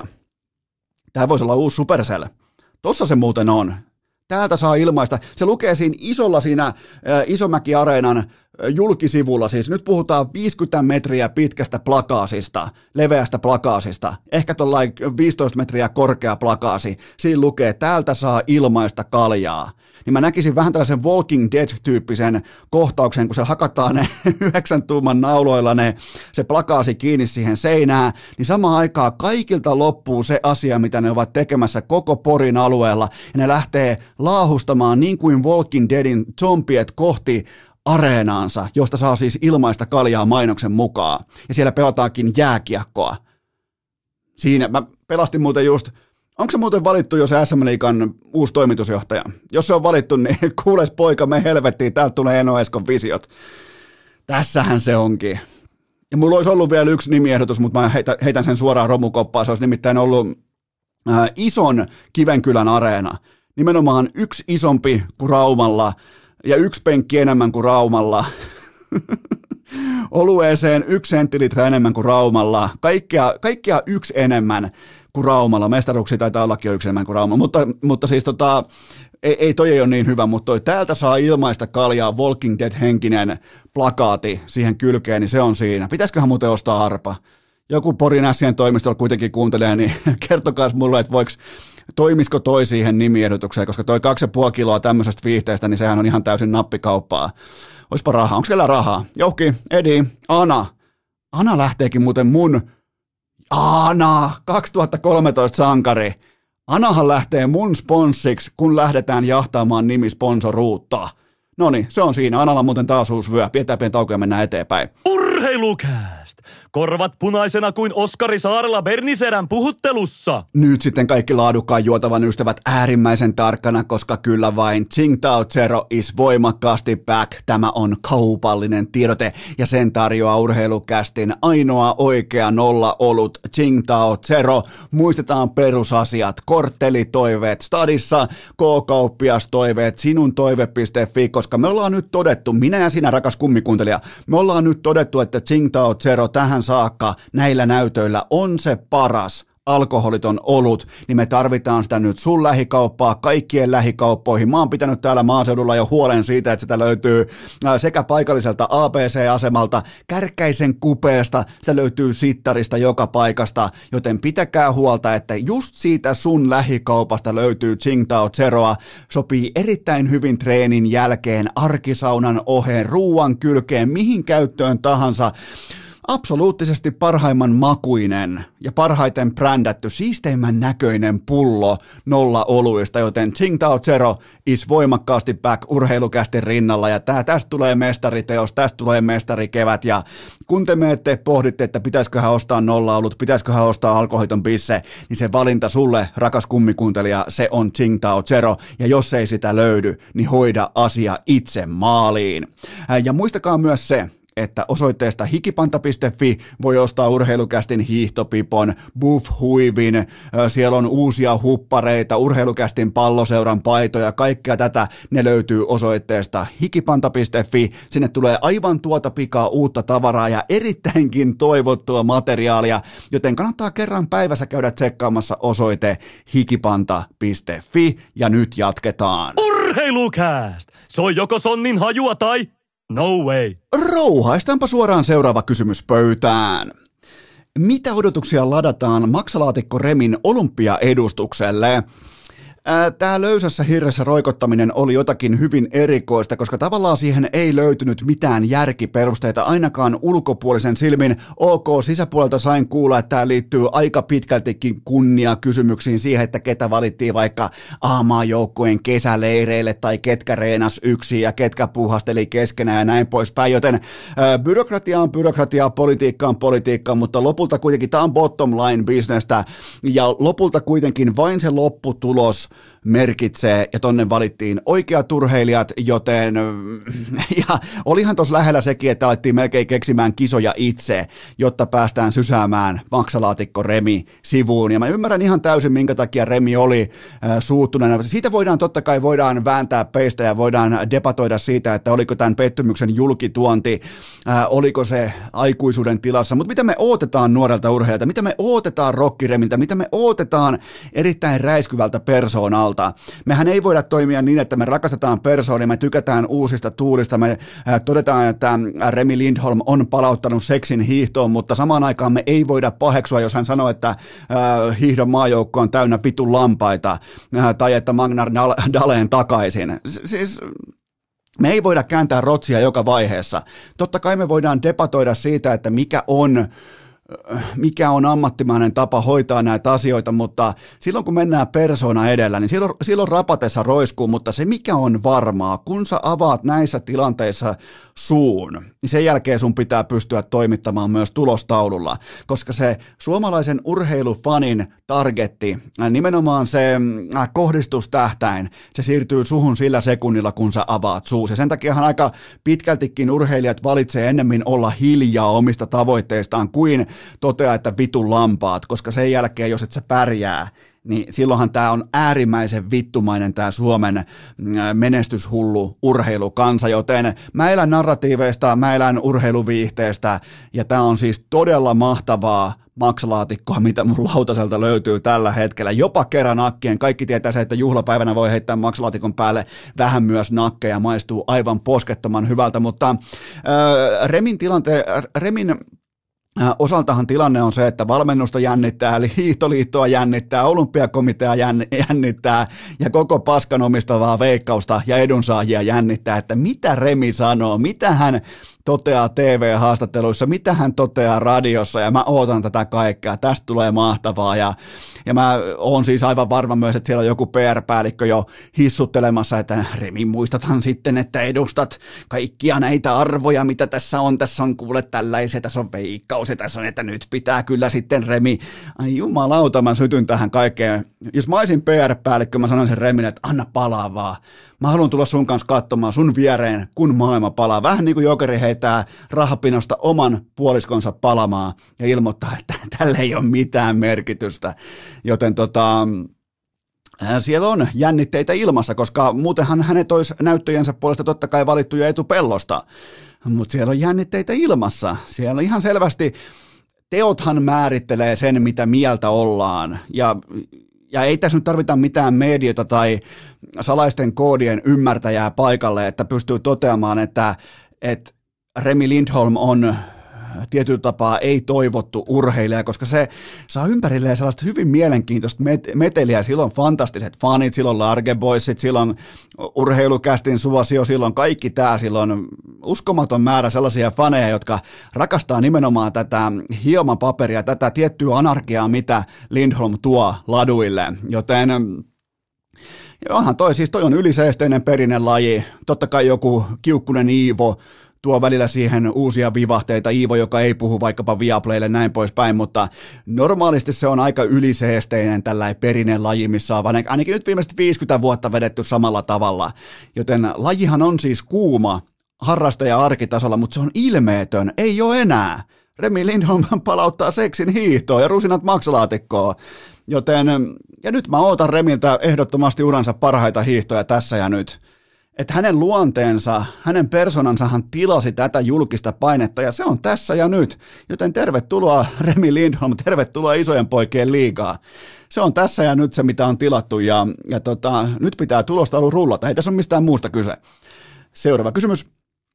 Tämä voisi olla uusi Supercell. Tossa se muuten on. Täältä saa ilmaista. Se lukee siinä isolla siinä äh, Isomäki-areenan julkisivulla, siis nyt puhutaan viisikymmentä metriä pitkästä plakaasista, leveästä plakaasista, ehkä tuollain viisitoista metriä korkea plakaasi, siinä lukee, täältä saa ilmaista kaljaa. Niin mä näkisin vähän tällaisen Walking Dead-tyyppisen kohtauksen, kun se hakataan ne yhdeksän tuuman nauloilla ne, se plakaasi kiinni siihen seinään, niin samaan aikaan kaikilta loppuu se asia, mitä ne ovat tekemässä koko Porin alueella, ja ne lähtee laahustamaan niin kuin Walking Deadin zombiet kohti areenaansa, josta saa siis ilmaista kaljaa mainoksen mukaan, ja siellä pelataankin jääkiekkoa. Siinä mä pelastin muuten just. Onko se muuten valittu jo se S M-liigan uusi toimitusjohtaja? Jos se on valittu, niin kuules poika, me helvettiin, täältä tulee Eno Eskon visiot. Tässähän se onkin. Ja mulla olisi ollut vielä yksi nimiehdotus, mutta mä heitän sen suoraan romukoppaan. Se olisi nimittäin ollut äh, ison Kivenkylän areena. Nimenomaan yksi isompi kuin Raumalla ja yksi penkki enemmän kuin Raumalla. Olueeseen yksi senttilitra enemmän kuin Raumalla. Kaikkea, kaikkea yksi enemmän kuin Raumalla. Mestaruuksia taitaa ollakin jo yksi enemmän kuin Raumalla, mutta, mutta siis tota, ei, ei toi ei ole niin hyvä, mutta toi täältä saa ilmaista kaljaa Walking Dead-henkinen plakaati siihen kylkeen, niin se on siinä. Pitäisiköhän muuten ostaa arpa? Joku Porin Ässien toimistolla kuitenkin kuuntelee, niin kertokaa mulle, että voiko, toimisiko toi siihen nimiehdotukseen, koska toi kaksi ja puoli kiloa tämmöisestä viihteestä, niin sehän on ihan täysin nappikauppaa. Oispa rahaa. Onko siellä rahaa? Jouki, Edi, Ana. Ana lähteekin muuten mun Ana, kaksituhattakolmetoista sankari. Anahan lähtee mun sponssiksi, kun lähdetään jahtaamaan nimisponsoruutta. Noniin, se on siinä. Analla muuten taas uusi vyö. Pidetään pieni tauko ja mennään eteenpäin. Urheilukääst! Korvat punaisena kuin Oskari Saarella Berniserän puhuttelussa. Nyt sitten kaikki laadukkaan juotavan ystävät äärimmäisen tarkkana, koska kyllä vain Tsingtao Zero is voimakkaasti back. Tämä on kaupallinen tiedote ja sen tarjoaa Urheilukästin ainoa oikea nolla olut Tsingtao Zero. Muistetaan perusasiat, korttelitoiveet stadissa, K-kauppiastoiveet, sinun toive piste fi, koska me ollaan nyt todettu, minä ja sinä rakas kummikuuntelija, me ollaan nyt todettu, että Tsingtao Zero tähän saakka näillä näytöillä on se paras alkoholiton olut, niin me tarvitaan sitä nyt sun lähikauppaa, kaikkien lähikauppoihin. Mä oon pitänyt täällä maaseudulla jo huolen siitä, että sitä löytyy sekä paikalliselta A B C-asemalta, Kärkkäisen kupeesta, sitä löytyy Sittarista joka paikasta, joten pitäkää huolta, että just siitä sun lähikaupasta löytyy Tsingtao Zeroa, sopii erittäin hyvin treenin jälkeen, arkisaunan oheen, ruuan kylkeen, mihin käyttöön tahansa. Absoluuttisesti parhaimman makuinen ja parhaiten brändätty, siisteimmän näköinen pullo nolla oluista, joten Tsingtao Zero is voimakkaasti back Urheilukästin rinnalla ja tää, tästä tulee mestariteos, tästä tulee mestarikevät ja kun te menette pohditte, että pitäisiköhän ostaa nolla olut, pitäisiköhän ostaa alkoholiton bisse, niin se valinta sulle, rakas kummikuuntelija, se on Tsingtao Zero ja jos ei sitä löydy, niin hoida asia itse maaliin. Ja muistakaa myös se, että osoitteesta hikipanta piste fi voi ostaa Urheilukästin hiihtopipon, buff-huivin, siellä on uusia huppareita, Urheilukästin palloseuran paitoja, kaikkea tätä, ne löytyy osoitteesta hikipanta piste fi, sinne tulee aivan tuota pikaa uutta tavaraa ja erittäinkin toivottua materiaalia, joten kannattaa kerran päivässä käydä tsekkaamassa osoite hikipanta piste fi ja nyt jatketaan. Urheilukääst! Se on joko sonnin hajua tai no way. Rouhaistaanpa suoraan seuraava kysymys pöytään. Mitä odotuksia ladataan Maksalaatikko Remin olympiaedustukselle? Tämä löysässä hirressä roikottaminen oli jotakin hyvin erikoista, koska tavallaan siihen ei löytynyt mitään järkiperusteita, ainakaan ulkopuolisen silmin. OK, sisäpuolelta sain kuulla, että tämä liittyy aika pitkältikin kunniakysymyksiin siihen, että ketä valittiin vaikka A-maajoukkueen kesäleireille tai ketkä reenas yksin ja ketkä puhasteli keskenään ja näin poispäin, joten ää, byrokratia on byrokratiaa, politiikka on politiikkaa, mutta lopulta kuitenkin tämä on bottom line businessta ja lopulta kuitenkin vain se lopputulos merkitsee, ja tonne valittiin oikeat urheilijat, joten ja olihan tuossa lähellä sekin, että alettiin melkein keksimään kisoja itse, jotta päästään sysäämään Maksalaatikko Remi sivuun, ja mä ymmärrän ihan täysin, minkä takia Remi oli äh, suuttuneena. Siitä voidaan, totta kai voidaan vääntää peistä ja voidaan debatoida siitä, että oliko tämän pettymyksen julkituonti, äh, oliko se aikuisuuden tilassa, mutta mitä me odotetaan nuorelta urheilijalta, mitä me odotetaan Rokki Remiltä, mitä me odotetaan erittäin räiskyvältä persoonalta, persoonalta. Mehän ei voida toimia niin, että me rakastetaan persoonia, me tykätään uusista tuulista, me äh, todetaan, että Remi Lindholm on palauttanut seksin hiihtoon, mutta samaan aikaan me ei voida paheksua, jos hän sanoo, että äh, hiihdon maajoukko on täynnä vitun lampaita, äh, tai että Magnar Daleen takaisin. S- siis... Me ei voida kääntää rotsia joka vaiheessa. Totta kai me voidaan debatoida siitä, että mikä on, mikä on ammattimainen tapa hoitaa näitä asioita, mutta silloin kun mennään persoona edellä, niin silloin, silloin rapatessa roiskuu, mutta se mikä on varmaa, kun sä avaat näissä tilanteissa suun, niin sen jälkeen sun pitää pystyä toimittamaan myös tulostaululla, koska se suomalaisen urheilufanin targetti, nimenomaan se kohdistustähtäin, se siirtyy suhun sillä sekunnilla, kun sä avaat suus. Ja sen takiahan aika pitkältikin urheilijat valitsee ennemmin olla hiljaa omista tavoitteistaan kuin toteaa, että vitun lampaat, koska sen jälkeen, jos et sä pärjää, niin silloinhan tämä on äärimmäisen vittumainen tämä Suomen menestyshullu urheilukansa, joten mä elän narratiiveista, mä elän urheiluviihteestä, ja tämä on siis todella mahtavaa maksalaatikkoa, mitä mun lautaselta löytyy tällä hetkellä. Jopa kerran nakkien. Kaikki tietää se, että juhlapäivänä voi heittää maksalaatikon päälle vähän myös nakkeja, maistuu aivan poskettoman hyvältä, mutta äh, Remin tilante, Remin osaltahan tilanne on se, että valmennusta jännittää, eli hiihtoliittoa jännittää, olympiakomitea jännittää ja koko paskan omistavaa Veikkausta ja edunsaajia jännittää, että mitä Remi sanoo, mitä hän toteaa T V-haastatteluissa, mitä hän toteaa radiossa, ja mä ootan tätä kaikkea, tästä tulee mahtavaa, ja, ja mä oon siis aivan varma myös, että siellä on joku P R-päällikkö jo hissuttelemassa, että Remi, muistathan sitten, että edustat kaikkia näitä arvoja, mitä tässä on, tässä on kuule tällaisia, tässä on Veikkaus, ja tässä on, että nyt pitää kyllä sitten Remi, ai jumalauta, mä sytyn tähän kaikkeen, jos mä olisin P R-päällikkö, mä sanoisin Remille, että anna palaa vaan, mä haluan tulla sun kanssa katsomaan sun viereen, kun maailma palaa. Vähän niin kuin Jokeri heittää rahapinosta oman puoliskonsa palamaan ja ilmoittaa, että tällä ei ole mitään merkitystä. Joten tota, siellä on jännitteitä ilmassa, koska muutenhan hänet olisi näyttöjensä puolesta totta kai valittu jo etupellosta. Mutta siellä on jännitteitä ilmassa. Siellä ihan selvästi teothan määrittelee sen, mitä mieltä ollaan. Ja Ja ei tässä nyt tarvita mitään mediota tai salaisten koodien ymmärtäjää paikalle, että pystyy toteamaan, että, että Remi Lindholm on tietyllä tapaa ei toivottu urheilija, koska se saa ympärilleen sellaista hyvin mielenkiintoista met- meteliä. Silloin fantastiset fanit, silloin Large Boysit, silloin urheilukästin suosio, silloin kaikki tämä, silloin uskomaton määrä sellaisia faneja, jotka rakastaa nimenomaan tätä hiomapaperia, tätä tiettyä anarkiaa, mitä Lindholm tuo laduille, joten onhan toi, siis toi on yliseesteinen perinnelaji, totta kai joku Kiukkunen Iivo tuo välillä siihen uusia vivahteita, Iivo, joka ei puhu vaikkapa Viaplaylle näin poispäin, mutta normaalisti se on aika yliseesteinen tällainen perinnelaji, missä on ainakin nyt viimeiset viisikymmentä vuotta vedetty samalla tavalla, joten lajihan on siis kuuma harrastaja-arkitasolla, mutta se on ilmeetön, ei ole enää. Remi Lindholm palauttaa seksin hiihtoon ja rusinat maksalaatikkoon, joten ja nyt mä ootan Remiltä ehdottomasti uransa parhaita hiihtoja tässä ja nyt. Että hänen luonteensa, hänen persoonansahan tilasi tätä julkista painetta ja se on tässä ja nyt. Joten tervetuloa Remi Lindholm, tervetuloa isojen poikien liigaan. Se on tässä ja nyt se, mitä on tilattu ja, ja tota, nyt pitää tulostaulu rullata. Ei tässä ole mistään muusta kyse. Seuraava kysymys.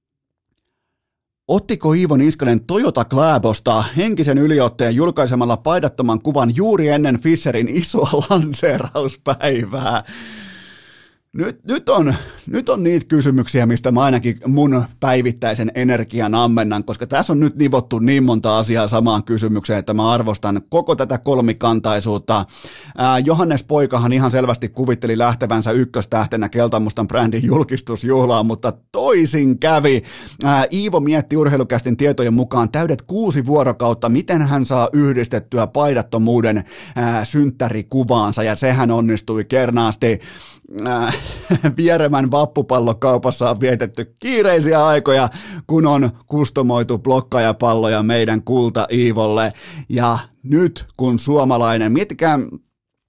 Ottiko Iivo Niskanen Toyota Klæbosta henkisen yliotteen julkaisemalla paidattoman kuvan juuri ennen Fisherin isoa lanseerauspäivää? Nyt, nyt, on, nyt on niitä kysymyksiä, mistä mä ainakin mun päivittäisen energian ammennan, koska tässä on nyt nivottu niin monta asiaa samaan kysymykseen, että mä arvostan koko tätä kolmikantaisuutta. Ää, Johannes Poikahan ihan selvästi kuvitteli lähtevänsä ykköstähtenä keltamustan brändin julkistusjuhlaan, mutta toisin kävi. Ää, Iivo mietti Urheilukästin tietojen mukaan täydet kuusi vuorokautta, miten hän saa yhdistettyä paidattomuuden ää, synttärikuvaansa, ja sehän onnistui kernaasti. Ää, Vieremän vappupallokaupassa on vietetty kiireisiä aikoja, kun on kustomoitu blokkaajapalloja meidän kulta Iivolle. Ja nyt kun suomalainen, miettikää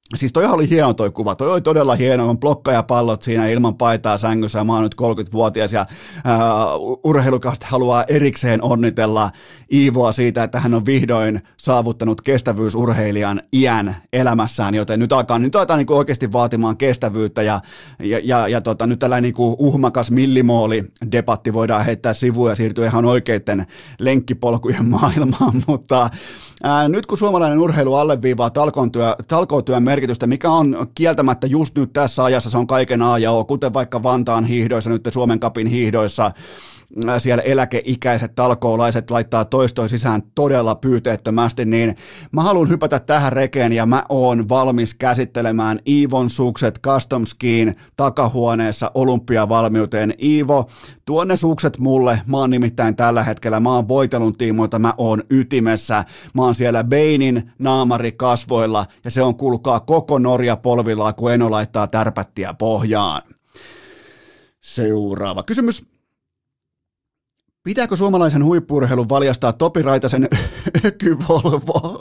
Siis toi oli hieno toi kuva, toi oli todella hieno, on blokkajapallot siinä ilman paitaa sängyssä ja mä oon nyt kolmekymmentävuotias ja ää, urheilukasta haluaa erikseen onnitella Iivoa siitä, että hän on vihdoin saavuttanut kestävyysurheilijan iän elämässään, joten nyt alkaa, nyt aletaan niin oikeasti vaatimaan kestävyyttä ja, ja, ja, ja tota, nyt tällainen niin uhmakas millimooli-debatti voidaan heittää sivuun ja siirtyä ihan oikeiden lenkkipolkujen maailmaan, mutta ää, nyt kun suomalainen urheilu alleviivaa talkootyö, talkootyön merkitystä, mikä on kieltämättä just nyt tässä ajassa, se on kaiken A ja O, kuten vaikka Vantaan hiihdoissa, nyt Suomen Cupin hiihdoissa, siellä eläkeikäiset talkoolaiset laittaa toistoi sisään todella pyyteettömästi, niin mä haluan hypätä tähän rekeen ja mä oon valmis käsittelemään Iivon sukset Custom Skiin takahuoneessa olympiavalmiuteen. Iivo, tuo ne sukset mulle, mä oon nimittäin tällä hetkellä, mä oon voitelun tiimoilta, mä oon ytimessä, mä oon siellä Beinin naamari kasvoilla ja se on kuulkaa koko Norja polvillaan, kun Eno laittaa tärpättiä pohjaan. Seuraava kysymys. Pitääkö suomalaisen huippu-urheilun valjastaa Topi Raitasen ökyvolvo?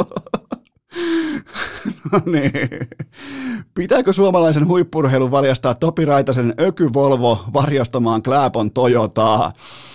No niin. Pitääkö suomalaisen huippu-urheilun valjastaa Topi Raitasen ökyvolvo varjostamaan Kläbon Toyotaa?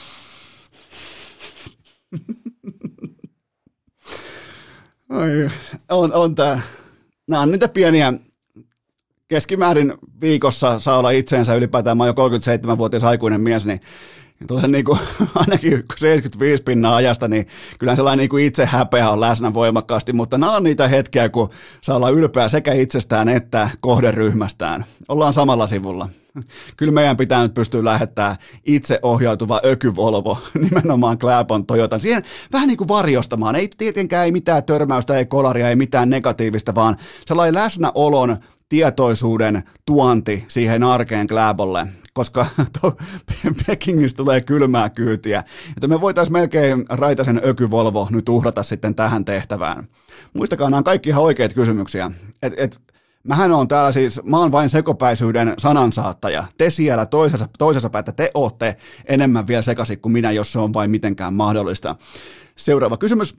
Ai, on, on tää. Nämä on niitä pieniä, keskimäärin viikossa saa olla itseensä ylipäätään, mä oon jo kolmekymmentäseitsemänvuotias aikuinen mies, niin tuollaisen niin kuin, ainakin seitsemänkymmentäviisi pinnaa ajasta, niin kyllä sellainen niin kuin itse häpeä on läsnä voimakkaasti, mutta nämä on niitä hetkiä, kun saa olla ylpeä sekä itsestään että kohderyhmästään. Ollaan samalla sivulla. Kyllä meidän pitää nyt pystyä lähettämään itseohjautuva ökyvolvo nimenomaan Kläbon Toyotan. Siihen vähän niin kuin varjostamaan. Ei tietenkään ei mitään törmäystä, ei kolaria, ei mitään negatiivista, vaan sellainen läsnäolon tietoisuuden tuonti siihen arkeen Kläbolle, koska Pekingistä tulee kylmää kyytiä. Joten me voitaisiin melkein Raitasen ökyvolvo nyt uhrata sitten tähän tehtävään. Muistakaa, nämä on kaikki ihan oikeat kysymyksiä. Et, et, mähän on täällä siis, mä oon vain sekopäisyyden sanansaattaja. Te siellä toisessa, toisessa päätä, te ootte enemmän vielä sekaisin kuin minä, jos se on vain mitenkään mahdollista. Seuraava kysymys.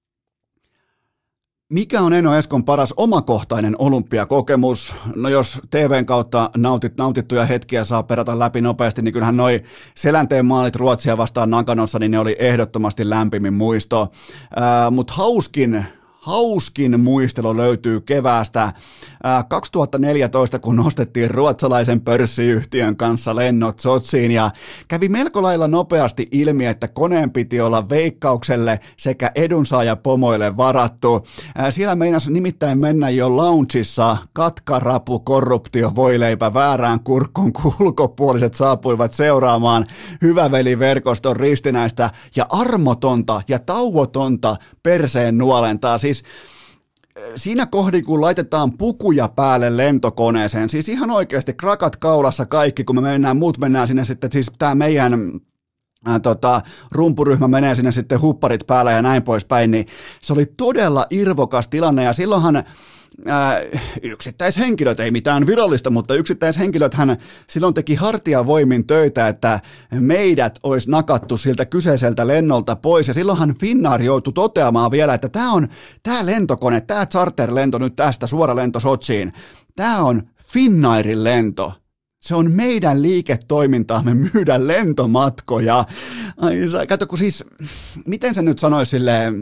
Mikä on Eno Eskon paras omakohtainen olympiakokemus? No jos T V:n kautta nautit, nautittuja hetkiä saa perata läpi nopeasti, niin kyllähän noi Selänteen maalit Ruotsia vastaan Nakanossa, niin ne oli ehdottomasti lämpimin muisto. Mutta hauskin, hauskin muistelu löytyy keväästä kaksituhattaneljätoista, kun nostettiin ruotsalaisen pörssiyhtiön kanssa lennot Sotsiin ja kävi melko lailla nopeasti ilmi, että koneen piti olla Veikkaukselle sekä edunsaajapomoille varattu. Siellä meinasi nimittäin mennä jo loungeissa katkarapu, korruptio, voileipä, väärään kurkkuun, kun ulkopuoliset saapuivat seuraamaan Hyväveli-verkoston ristinäistä ja armotonta ja tauotonta perseen nuolentaa. Siis siinä kohdin, kun laitetaan pukuja päälle lentokoneeseen, siis ihan oikeasti krakat kaulassa kaikki, kun me mennään, muut mennään sinne sitten, siis tämä meidän ää, tota, rumpuryhmä menee sinne sitten hupparit päällä ja näin poispäin, niin se oli todella irvokas tilanne ja silloinhan Ää, yksittäishenkilöt, ei mitään virallista, mutta yksittäishenkilöt hän silloin teki hartiavoimin töitä, että meidät olisi nakattu siltä kyseiseltä lennolta pois, ja silloinhan Finnair joutui toteamaan vielä, että tämä on tämä lentokone, tämä charterlento nyt tästä, suora lento Sotsiin, tämä on Finnairin lento. Se on meidän liiketoimintaamme myydä lentomatkoja. Ai, sä, kato, kun siis, miten se nyt sanoisi silleen,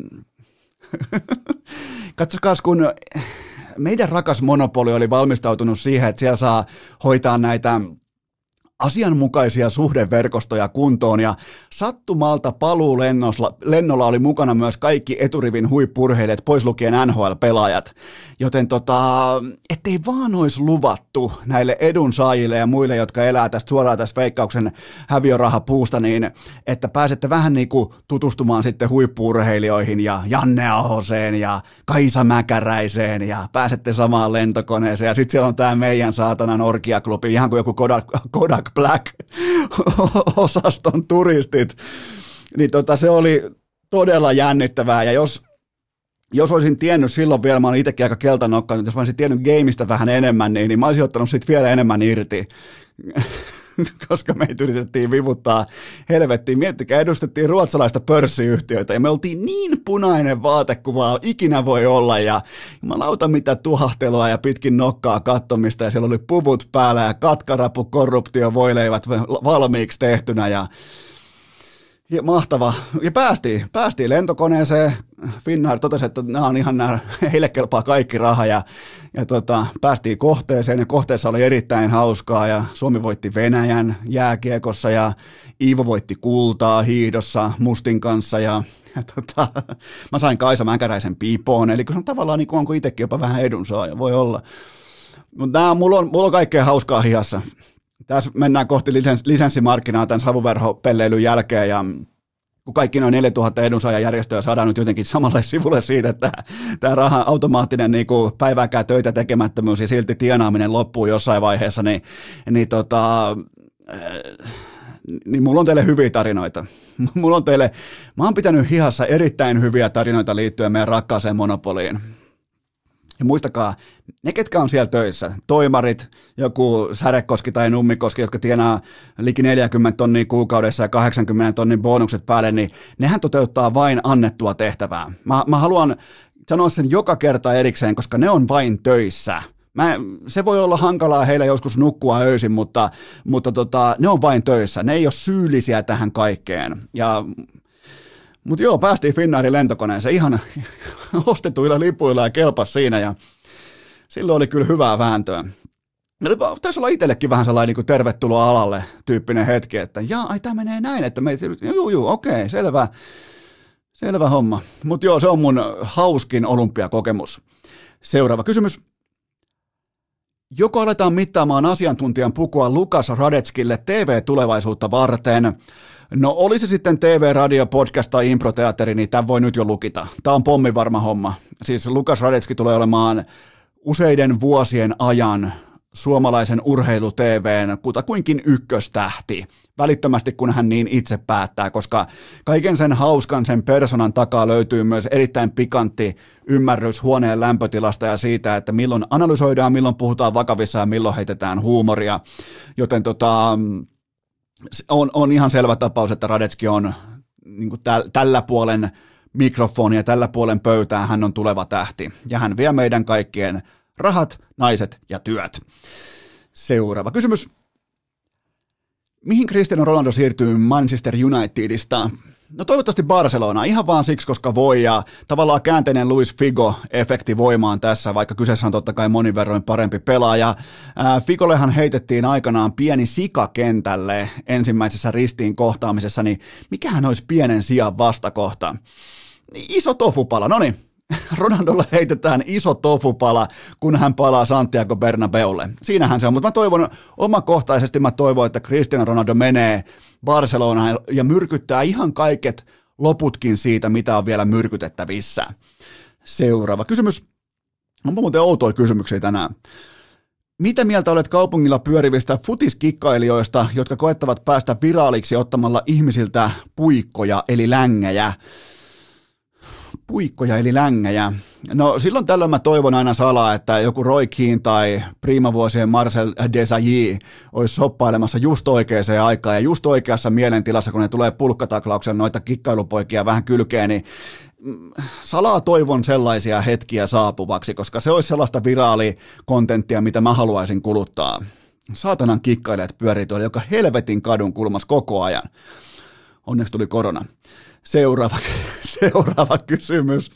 katsokaa, kun meidän rakas monopoli oli valmistautunut siihen, että siellä saa hoitaa näitä asianmukaisia suhdeverkostoja kuntoon ja sattumalta paluulennolla oli mukana myös kaikki eturivin huippurheilijat, pois lukien N H L-pelaajat, joten tota, ettei vaan olisi luvattu näille edunsaajille ja muille, jotka elää tästä suoraan tästä Veikkauksen häviörahapuusta, niin että pääsette vähän niin kuin tutustumaan sitten huippurheilijoihin ja Janne Ahoseen ja Kaisa Mäkäräiseen ja pääsette samaan lentokoneeseen ja sitten siellä on tämä meidän saatanan orgiaklubi, ihan kuin joku Kodak, Kodak Black-osaston turistit, niin tota, se oli todella jännittävää, ja jos, jos olisin tiennyt silloin vielä, mä olin itsekin aika keltanokka, jos mä olisin tiennyt gameista vähän enemmän, niin, niin mä olisin ottanut siitä vielä enemmän irti. koska meitä yritettiin vivuttaa helvettiin. Miettikää, edustettiin ruotsalaista pörssiyhtiöitä ja me oltiin niin punainen vaatekuva ikinä voi olla ja jumalauta mitä tuhahtelua ja pitkin nokkaa kattomista ja siellä oli puvut päällä ja katkarapu, korruptio, voileivät valmiiksi tehtynä ja Ja mahtava. Ja päästiin, päästiin lentokoneeseen. Finnair totesi, että nämä on ihan nämä, heille kelpaa kaikki raha ja, ja tota, päästiin kohteeseen ja kohteessa oli erittäin hauskaa ja Suomi voitti Venäjän jääkiekossa ja Iivo voitti kultaa hiihdossa Mustin kanssa ja, ja tota, mä sain Kaisa Mäkäräisen piipoon, eli kun se on tavallaan niin kuin onko itsekin jopa vähän edunsaaja, voi olla. Mutta mulla on, mulla on kaikkea hauskaa hihassa. Tässä mennään kohti lisenssimarkkinaa tämän savuverhopelleilyn jälkeen ja kun kaikki noin neljätuhatta edunsaajajärjestöä saadaan nyt jotenkin samalle sivulle siitä, että tämä rahan automaattinen niin kuin päivääkään töitä tekemättömyys ja silti tienaaminen loppuu jossain vaiheessa, niin, niin, tota, niin mulla on teille hyviä tarinoita. Mulla on teille, mä oon pitänyt hihassa erittäin hyviä tarinoita liittyen meidän rakkaaseen monopoliin. Ja muistakaa, ne ketkä on siellä töissä, toimarit, joku Särekoski tai Nummikoski, jotka tienaa liki neljäkymmentä tonnia kuukaudessa ja kahdeksankymmentä tonnin bonukset päälle, niin nehän toteuttaa vain annettua tehtävää. Mä, mä haluan sanoa sen joka kerta erikseen, koska ne on vain töissä. Mä, se voi olla hankalaa heillä joskus nukkua öisin, mutta, mutta tota, ne on vain töissä. Ne ei ole syyllisiä tähän kaikkeen. Ja Mutta joo, päästiin Finnairin lentokoneeseen ihan ostetuilla lipuilla ja kelpas siinä ja silloin oli kyllä hyvää vääntöä. Taisi olla itsellekin vähän sellainen niin kuin tervetuloa alalle tyyppinen hetki, että jaa, ai tämä menee näin, että me, juu, juu, okei, selvä, selvä homma. Mutta joo, se on mun hauskin olympiakokemus. Seuraava kysymys. Joko aletaan mittaamaan asiantuntijan pukua Lukas Radetskille T V-tulevaisuutta varten? No oli se sitten T V, radio, podcast tai improteatteri, niin tämän voi nyt jo lukita. Tämä on pommivarma homma. Siis Lukas Radetski tulee olemaan useiden vuosien ajan suomalaisen urheilu-T V:n kutakuinkin ykköstähti. Välittömästi kun hän niin itse päättää, koska kaiken sen hauskan sen personan takaa löytyy myös erittäin pikantti ymmärrys huoneen lämpötilasta ja siitä, että milloin analysoidaan, milloin puhutaan vakavissa ja milloin heitetään huumoria. Joten tota... On, on ihan selvä tapaus, että Radetski on niin kuin täl, tällä puolen mikrofonia, tällä puolen pöytää hän on tuleva tähti. Ja hän vie meidän kaikkien rahat, naiset ja työt. Seuraava kysymys. Mihin Cristiano Ronaldo siirtyy Manchester Unitedista? No toivottavasti Barcelona, ihan vaan siksi, koska voi ja tavallaan käänteinen Luis Figo-efekti voimaan tässä, vaikka kyseessä on totta kai monin verroin parempi pelaaja. Ää, Figollehan heitettiin aikanaan pieni sika kentälle ensimmäisessä ristiin kohtaamisessa, niin mikähän olisi pienen sian vastakohta? Iso tofupala, no niin. Ronaldolle heitetään iso tofupala, kun hän palaa Santiago Bernabeulle. Siinähän se on, mutta mä toivon, omakohtaisesti mä toivon, että Cristiano Ronaldo menee Barcelonaan ja myrkyttää ihan kaiket loputkin siitä, mitä on vielä myrkytettävissä. Seuraava kysymys. Onpa muuten outoja kysymyksiä tänään. Mitä mieltä olet kaupungilla pyörivistä futiskikkailijoista, jotka koettavat päästä viraaliksi ottamalla ihmisiltä puikkoja eli längejä? Puikkoja eli längejä. No silloin tällöin mä toivon aina salaa, että joku Roy Keane tai priimavuosien Marcel Desailly olisi soppailemassa just oikeaan aikaan ja just oikeassa mielentilassa, kun ne tulee pulkkataklauksen noita kikkailupoikia vähän kylkeen, niin salaa toivon sellaisia hetkiä saapuvaksi, koska se olisi sellaista viraalikontenttia, mitä mä haluaisin kuluttaa. Saatanan kikkailijat pyörii tuolla joka helvetin kadun kulmassa koko ajan. Onneksi tuli korona. Seuraava, seuraava kysymys.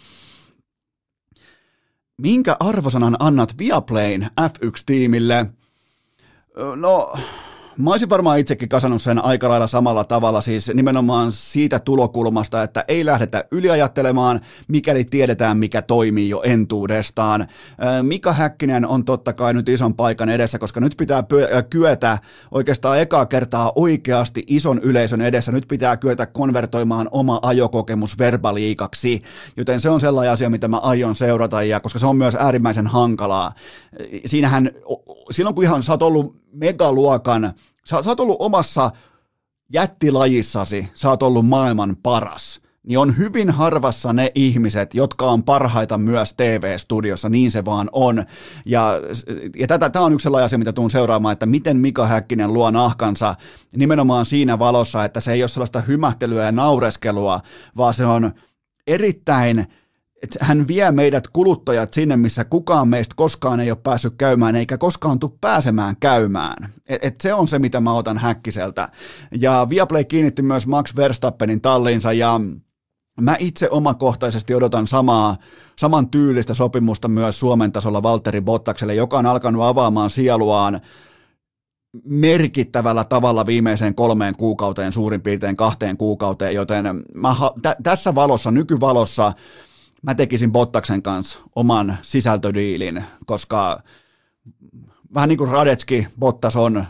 Minkä arvosanan annat Viaplayn F yksi -tiimille? No, mä olisin varmaan itsekin kasannut sen aika lailla samalla tavalla, siis nimenomaan siitä tulokulmasta, että ei lähdetä yliajattelemaan, mikäli tiedetään, mikä toimii jo entuudestaan. Mika Häkkinen on totta kai nyt ison paikan edessä, koska nyt pitää kyetä oikeastaan ekaa kertaa oikeasti ison yleisön edessä, nyt pitää kyetä konvertoimaan oma ajokokemus verbaliikaksi, joten se on sellainen asia, mitä mä aion seurata, ja koska se on myös äärimmäisen hankalaa. Siinähän, silloin kun ihan sä oot ollut megaluokan, sä, sä oot ollut omassa jättilajissasi, sä oot ollut maailman paras, niin on hyvin harvassa ne ihmiset, jotka on parhaita myös T V-studiossa, niin se vaan on. Ja, ja tätä, tämä on yksi sellainen asia, mitä tuun seuraamaan, että miten Mika Häkkinen luo nahkansa nimenomaan siinä valossa, että se ei ole sellaista hymähtelyä ja naureskelua, vaan se on erittäin, että hän vie meidät kuluttajat sinne, missä kukaan meistä koskaan ei ole päässyt käymään, eikä koskaan tule pääsemään käymään. Et, et se on se, mitä mä otan Häkkiseltä. Ja Viaplay kiinnitti myös Max Verstappenin talliinsa, ja mä itse omakohtaisesti odotan samaa, saman tyylistä sopimusta myös Suomen tasolla Valtteri Bottakselle, joka on alkanut avaamaan sieluaan merkittävällä tavalla viimeiseen kolmeen kuukauteen, suurin piirtein kahteen kuukauteen, joten mä, tä, tässä valossa, nykyvalossa, mä tekisin Bottaksen kanssa oman sisältödiilin, koska vähän niin kuin Radetski, Bottas on,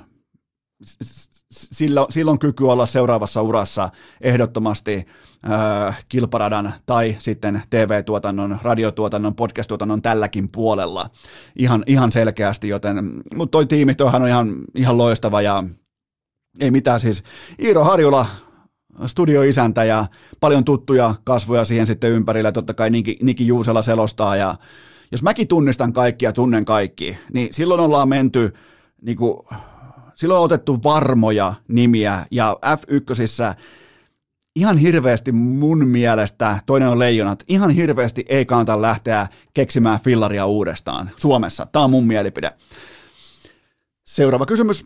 sillä, sillä on kyky olla seuraavassa urassa ehdottomasti äh, kilparadan tai sitten T V-tuotannon, radiotuotannon, podcast-tuotannon tälläkin puolella ihan, ihan selkeästi, joten, mutta toi tiimi, toihan on ihan, ihan loistava ja ei mitään siis. Iiro Harjula, studioisäntä ja paljon tuttuja kasvoja siihen sitten ympärillä, totta kai Niki, Niki Juusela selostaa, ja jos mäkin tunnistan kaikki ja tunnen kaikki, niin silloin ollaan menty, niin kuin, silloin on otettu varmoja nimiä, ja F yksi ihan hirveästi mun mielestä, toinen on Leijonat, ihan hirveästi ei kannata lähteä keksimään fillaria uudestaan Suomessa, tämä on mun mielipide. Seuraava kysymys.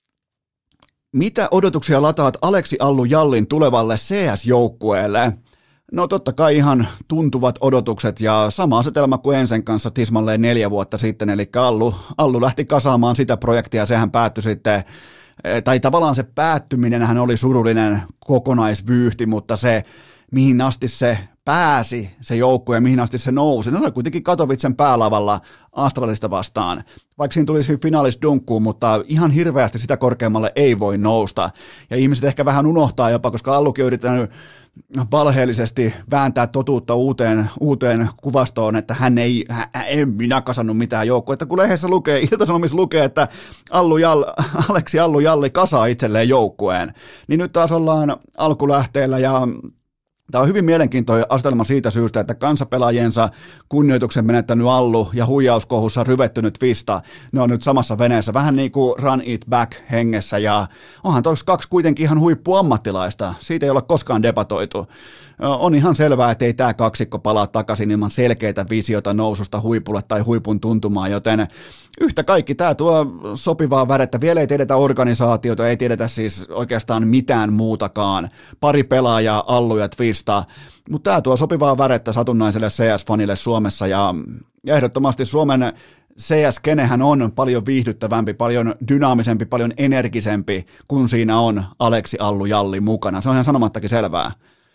Mitä odotuksia lataat Aleksi Allu Jallin tulevalle C S-joukkueelle? No totta kai ihan tuntuvat odotukset ja sama asetelma kuin Ensen kanssa tismalleen neljä vuotta sitten, eli Allu, Allu lähti kasaamaan sitä projektia, sehän päättyi sitten, tai tavallaan se päättyminenhän oli surullinen kokonaisvyyhti, mutta se mihin asti se pääsi, se joukkue, ja mihin asti se nousi. Ne oli kuitenkin Katowicen päälavalla Astralista vastaan. Vaikka siinä tulisi finaalista dunkkuun, mutta ihan hirveästi sitä korkeammalle ei voi nousta. Ja ihmiset ehkä vähän unohtaa jopa, koska Allukin on yrittänyt valheellisesti vääntää totuutta uuteen, uuteen kuvastoon, että hän ei, hän, en minä kasannut mitään joukkuetta, kun lehdessä lukee, Ilta-Sanomissa lukee, että Allu Jall, Aleksi Allu Jalli kasaa itselleen joukkueen. Niin nyt taas ollaan alkulähteellä ja tämä on hyvin mielenkiintoinen asetelma siitä syystä, että kansapelaajiensa kunnioituksen menettänyt Allu ja huijauskohussa ryvettynyt Vista, ne on nyt samassa veneessä, vähän niin kuin run it back hengessä, ja onhan tuossa kaksi kuitenkin ihan huippuammattilaista, siitä ei ole koskaan debatoitu. On ihan selvää, että ei tämä kaksikko palaa takaisin ilman selkeitä visiota noususta huipulle tai huipun tuntumaan, joten yhtä kaikki tämä tuo sopivaa värettä. Vielä ei tiedetä organisaatiota, ei tiedetä siis oikeastaan mitään muutakaan. Pari pelaajaa, Allu ja Twista, mutta tämä tuo sopivaa värettä satunnaiselle C S-fanille Suomessa, ja ehdottomasti Suomen C S-kenehän on paljon viihdyttävämpi, paljon dynaamisempi, paljon energisempi, kun siinä on Aleksi Allu Jalli mukana. Se on ihan sanomattakin selvää.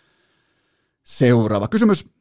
Seuraava kysymys.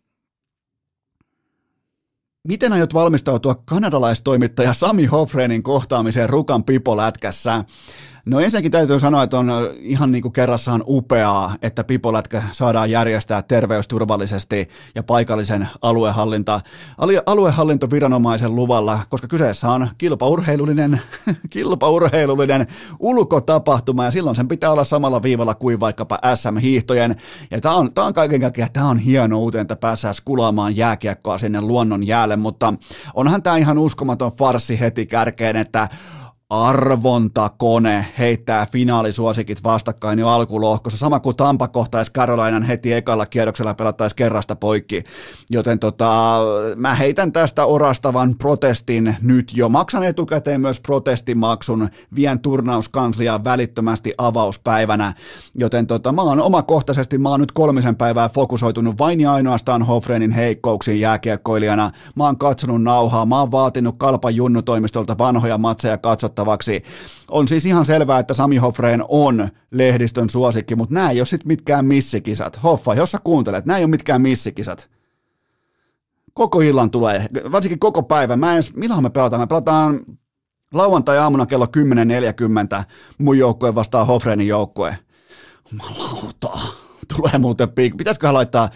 Miten aiot valmistautua kanadalaistoimittaja Sami Hofrenin kohtaamiseen Rukan Pipo-lätkässä? No ensinnäkin täytyy sanoa, että on ihan niin kuin kerrassaan upeaa, että Pipo-lätkä saadaan järjestää terveysturvallisesti ja paikallisen aluehallinta, aluehallintoviranomaisen luvalla, koska kyseessä on kilpaurheilullinen, kilpaurheilullinen ulkotapahtuma, ja silloin sen pitää olla samalla viivalla kuin vaikkapa S M-hiihtojen. Ja tämä on, tämä on kaiken kaikkiaan, tämä on hieno uutinen, että päässään skulaamaan jääkiekkoa sinne luonnon jäälle, mutta onhan tämä ihan uskomaton farssi heti kärkeen, että arvontakone heittää finaalisuosikit vastakkain jo alkulohkossa, sama kuin Tampa kohtaisi Carolinan heti ekalla kierroksella pelattaisi kerrasta poikki, joten tota, mä heitän tästä orastavan protestin nyt jo, maksan etukäteen myös protestimaksun, vien turnauskansliaan välittömästi avauspäivänä, joten tota, mä oon omakohtaisesti, mä oon nyt kolmisen päivää fokusoitunut vain ja ainoastaan Hofrenin heikkouksiin jääkiekkoilijana, mä oon katsonut nauhaa, mä oon vaatinut Kalpan junnutoimistolta vanhoja matseja katsottaa. On siis ihan selvää, että Sami Hofrén on lehdistön suosikki, mutta nämä ei ole sitten mitkään missikisat. Hoffa, jos sä kuuntelet, nämä ei ole mitkään missikisat. Koko illan tulee, varsinkin koko päivän. Mä en, milloin me pelataan? Me pelataan lauantai-aamuna kello kymmenen neljäkymmentä mun joukkue vastaan Hofrénin joukkue. Jumalauta, tulee muuten piikki. Pitäisiköhän laittaa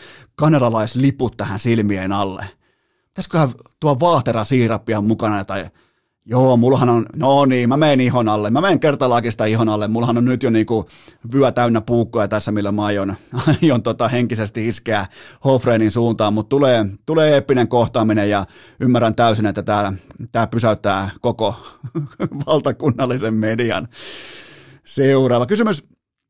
kanadalaisliput tähän silmien alle? Pitäisiköhän tuo vaahterasiirappia mukana tai Joo, mullahan on, no niin, mä menen ihon alle, mä menen kertalaakista ihon alle, mullahan on nyt jo niinku vyö täynnä puukkoja tässä, millä mä aion, aion tota henkisesti iskeä Hofreinin suuntaan, mutta tulee, tulee eeppinen kohtaaminen ja ymmärrän täysin, että tää, tää pysäyttää koko valtakunnallisen median. Seuraava kysymys,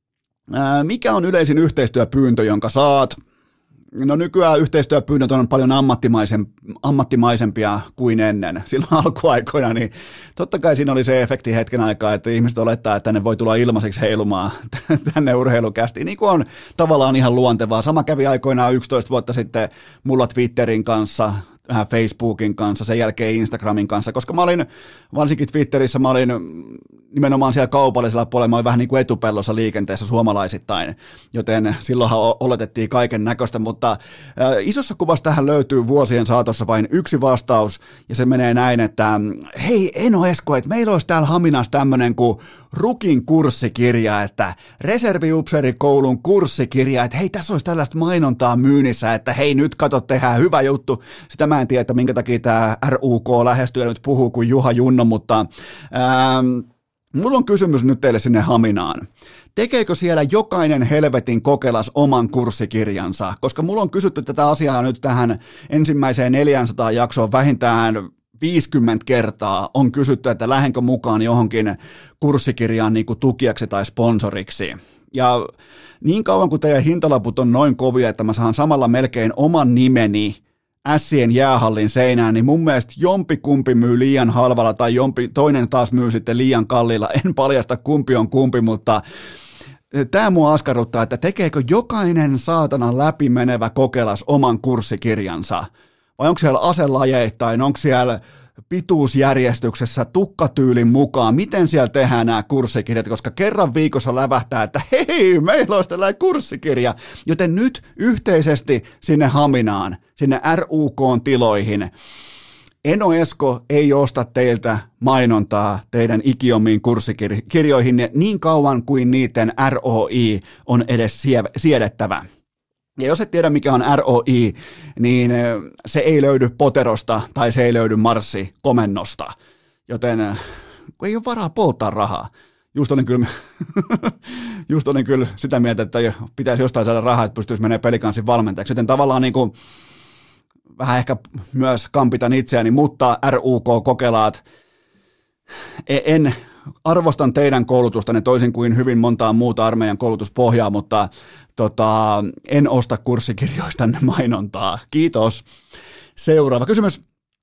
Ää, mikä on yleisin yhteistyöpyyntö, jonka saat? No nykyään yhteistyöpyynnöt on paljon ammattimaisen, ammattimaisempia kuin ennen. Silloin alkuaikoina, niin totta kai siinä oli se efekti hetken aikaa, että ihmiset olettaa, että tänne voi tulla ilmaiseksi heilumaan tänne urheilukästiin, niin kuin on tavallaan ihan luontevaa. Sama kävi aikoinaan yksitoista vuotta sitten mulla Twitterin kanssa, Facebookin kanssa, sen jälkeen Instagramin kanssa, koska mä olin, varsinkin Twitterissä, mä olin nimenomaan siellä kaupallisella puolella, mä olin vähän niin kuin etupellossa liikenteessä suomalaisittain, joten silloinhan oletettiin kaiken näköistä, mutta äh, isossa kuvassa tähän löytyy vuosien saatossa vain yksi vastaus, ja se menee näin, että hei Eno Esko, että meillä olisi täällä Haminassa tämmöinen kuin Rukin kurssikirja, että reserviupseerikoulun kurssikirja, että hei tässä olisi tällaista mainontaa myynnissä, että hei nyt kato, tehdään hyvä juttu, sitä mä en tiedä, että minkä takia tämä R U K lähestyy ja nyt puhuu kuin Juha Junno, mutta ähm, mulla on kysymys nyt teille sinne Haminaan. Tekeekö siellä jokainen helvetin kokelas oman kurssikirjansa? Koska mulla on kysytty tätä asiaa nyt tähän ensimmäiseen neljäsataa jaksoon vähintään viisikymmentä kertaa. On kysytty, että lähdenkö mukaan johonkin kurssikirjaan niin kuin tukijaksi tai sponsoriksi. Ja niin kauan kuin teidän hintalaput on noin kovia, että mä saan samalla melkein oman nimeni Ässien jäähallin seinään, niin mun mielestä jompikumpi myy liian halvalla tai jompi, toinen taas myy sitten liian kalliilla. En paljasta kumpi on kumpi, mutta tämä mua askarruttaa, että tekeekö jokainen saatanan läpimenevä kokelas oman kurssikirjansa? Vai onko siellä aselajeittain, onko siellä pituusjärjestyksessä tukkatyylin mukaan, miten siellä tehdään nämä kurssikirjat, koska kerran viikossa lävähtää, että hei, meillä olisi tällainen kurssikirja, joten nyt yhteisesti sinne Haminaan, sinne R U K-tiloihin, Eno Esko ei osta teiltä mainontaa teidän ikiomiin kurssikirjoihin niin kauan kuin niiden R O I on edes siedettävä. Ja jos et tiedä, mikä on R O I, niin se ei löydy poterosta tai se ei löydy marssikomennosta, joten kun ei ole varaa polttaa rahaa. Just olin kyllä, just olin kyllä sitä mieltä, että pitäisi jostain saada rahaa, että pystyisi menemään Pelikanssin valmentajaksi, joten tavallaan niin kuin vähän ehkä myös kampitan itseäni, mutta R U K-kokelaat, en arvostan teidän koulutustanne toisin kuin hyvin montaa muuta armeijan koulutuspohjaa, mutta tota, en osta kurssikirjoistanne mainontaa. Kiitos. Seuraava kysymys.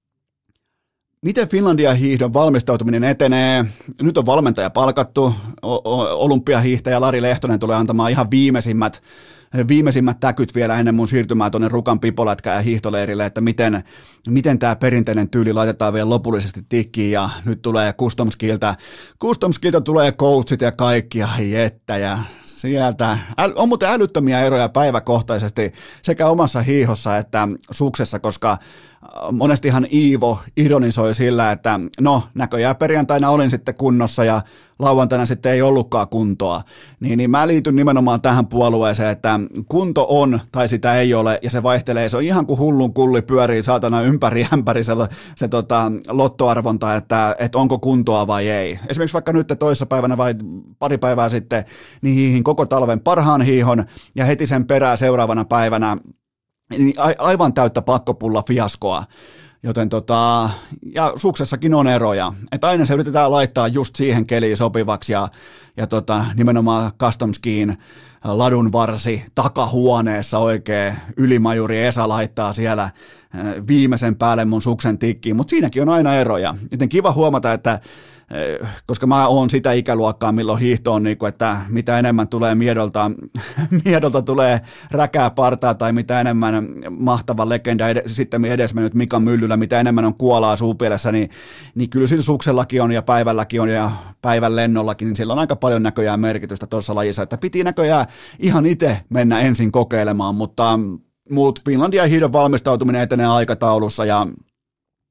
Miten Finlandia hiihdon valmistautuminen etenee? Nyt on valmentaja palkattu. Olympiahiihtäjä Lari Lehtonen tulee antamaan ihan viimeisimmät viimeisimmät täkyt vielä ennen mun siirtymää tuonne Rukan pipolätkään ja hiihtoleirille, että miten, miten tämä perinteinen tyyli laitetaan vielä lopullisesti tikkiin, ja nyt tulee Custom Skilltä, Custom Skilltä tulee coachit ja kaikki, ai että, ja sieltä on muuten älyttömiä eroja päiväkohtaisesti sekä omassa hiihossa että suksessa, koska monestihan Iivo ironisoi sillä, että no näköjään perjantaina olin sitten kunnossa ja lauantaina sitten ei ollutkaan kuntoa, niin, niin mä liityn nimenomaan tähän puolueeseen, että kunto on tai sitä ei ole ja se vaihtelee, se on ihan kuin hullun kulli pyörii saatana ympäri ämpäri se, se tota, lottoarvonta, että, että onko kuntoa vai ei. Esimerkiksi vaikka nyt toissapäivänä vai pari päivää sitten, niin hiihin koko talven parhaan hiihon ja heti sen perään seuraavana päivänä niin aivan täyttä pakkopulla fiaskoa, joten tota, ja suksessakin on eroja, että aina se yritetään laittaa just siihen keliin sopivaksi ja, ja tota, nimenomaan Custom Skiin ladun varsi takahuoneessa oikein ylimajuri Esa laittaa siellä viimeisen päälle mun suksen tikkiin, mutta siinäkin on aina eroja, joten kiva huomata, että koska mä oon sitä ikäluokkaa, milloin hiihto on, niin kuin, että mitä enemmän tulee miedolta, miedolta tulee räkää partaa tai mitä enemmän mahtava legenda, ed- sitten edesmennyt Mika Myllylä, mitä enemmän on kuolaa suupielessä, niin, niin kyllä sillä suksellakin on ja päivälläkin on ja päivän lennollakin, niin sillä on aika paljon näköjään merkitystä tuossa lajissa, että piti näköjään ihan itse mennä ensin kokeilemaan, mutta muut Finlandia hiidon valmistautuminen etenee aikataulussa ja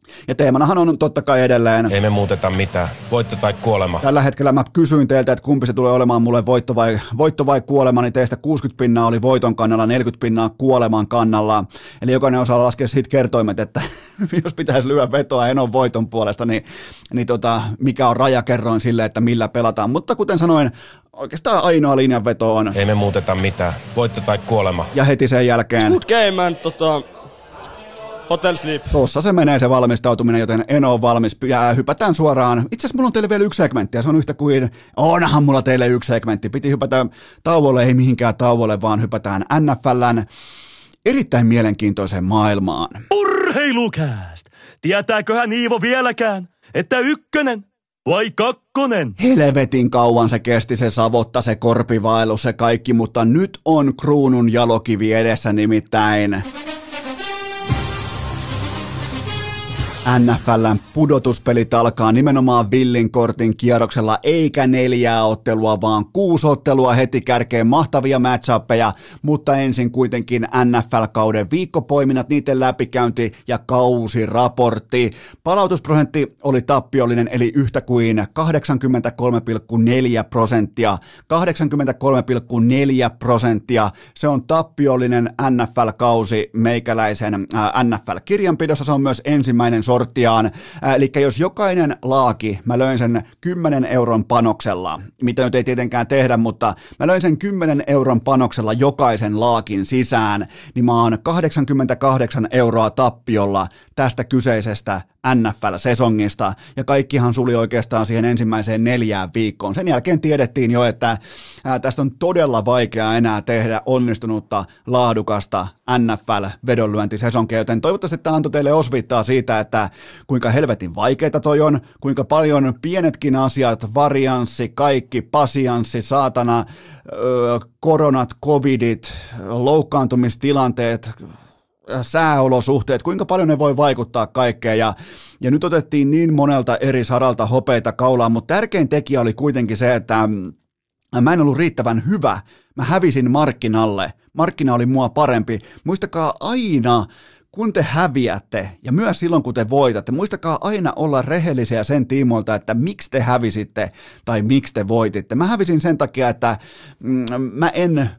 Ja teemanahan on totta kai edelleen. Ei me muuteta mitään. Voitto tai kuolema. Tällä hetkellä mä kysyin teiltä, että kumpi se tulee olemaan mulle voitto vai, voitto vai kuolema, niin teistä kuusikymmentä pinnaa oli voiton kannalla, neljäkymmentä pinnaa kuoleman kannalla. Eli jokainen osaa laskea siitä kertoimet, että jos pitäisi lyödä vetoa Enon voiton puolesta, niin, niin tota, mikä on rajakerroin sille, että millä pelataan. Mutta kuten sanoin, oikeastaan ainoa linjanveto on. Ei me muuteta mitään. Voitto tai kuolema. Ja heti sen jälkeen. Good game, man. Tota... Hotel Sleep. Tuossa se menee se valmistautuminen, joten en ole valmis. Ja hypätään suoraan. Itse asiassa mulla on teille vielä yksi segmentti, ja se on yhtä kuin, onhan mulla teille yksi segmentti. Piti hypätä tauolle, ei mihinkään tauolle, vaan hypätään N F L:n erittäin mielenkiintoiseen maailmaan. Urheilukääst! Tietääköhän Iivo vieläkään, että ykkönen vai kakkonen? Helvetin kauan se kesti, se savotta, se korpivailu, se kaikki, mutta nyt on kruunun jalokivi edessä nimittäin. N F L:n pudotuspelit alkaa nimenomaan villin kortin kierroksella, eikä neljää ottelua, vaan kuusi ottelua heti kärkeen, mahtavia match-uppeja, mutta ensin kuitenkin N F L-kauden viikkopoiminnat, niiden läpikäynti ja kausiraportti. Palautusprosentti oli tappiollinen, eli yhtä kuin kahdeksankymmentäkolme pilkku neljä prosenttia. kahdeksankymmentäkolme pilkku neljä prosenttia, se on tappiollinen N F L-kausi meikäläisen äh, N F L-kirjanpidossa, se on myös ensimmäinen sortiaan. Eli jos jokainen laaki, mä löin sen kymmenen euron panoksella, mitä nyt ei tietenkään tehdä, mutta mä löin sen kymmenen euron panoksella jokaisen laakin sisään, niin mä oon kahdeksankymmentäkahdeksan euroa tappiolla tästä kyseisestä N F L-sesongista, ja kaikkihan suli oikeastaan siihen ensimmäiseen neljään viikkoon. Sen jälkeen tiedettiin jo, että ää, tästä on todella vaikea enää tehdä onnistunutta, laadukasta N F L-vedonlyöntisesonkia, joten toivottavasti tämä antoi teille osviittaa siitä, että kuinka helvetin vaikeita toi on, kuinka paljon pienetkin asiat, varianssi, kaikki, pasianssi, saatana, öö, koronat, covidit, loukkaantumistilanteet, sääolosuhteet, kuinka paljon ne voi vaikuttaa kaikkeen, ja, ja nyt otettiin niin monelta eri saralta hopeita kaulaan, mutta tärkein tekijä oli kuitenkin se, että mä en ollut riittävän hyvä, mä hävisin markkinalle, markkina oli mua parempi, muistakaa aina, kun te häviätte, ja myös silloin kun te voitatte, muistakaa aina olla rehellisiä sen tiimoilta, että miksi te hävisitte, tai miksi te voititte. Mä hävisin sen takia, että mm, mä en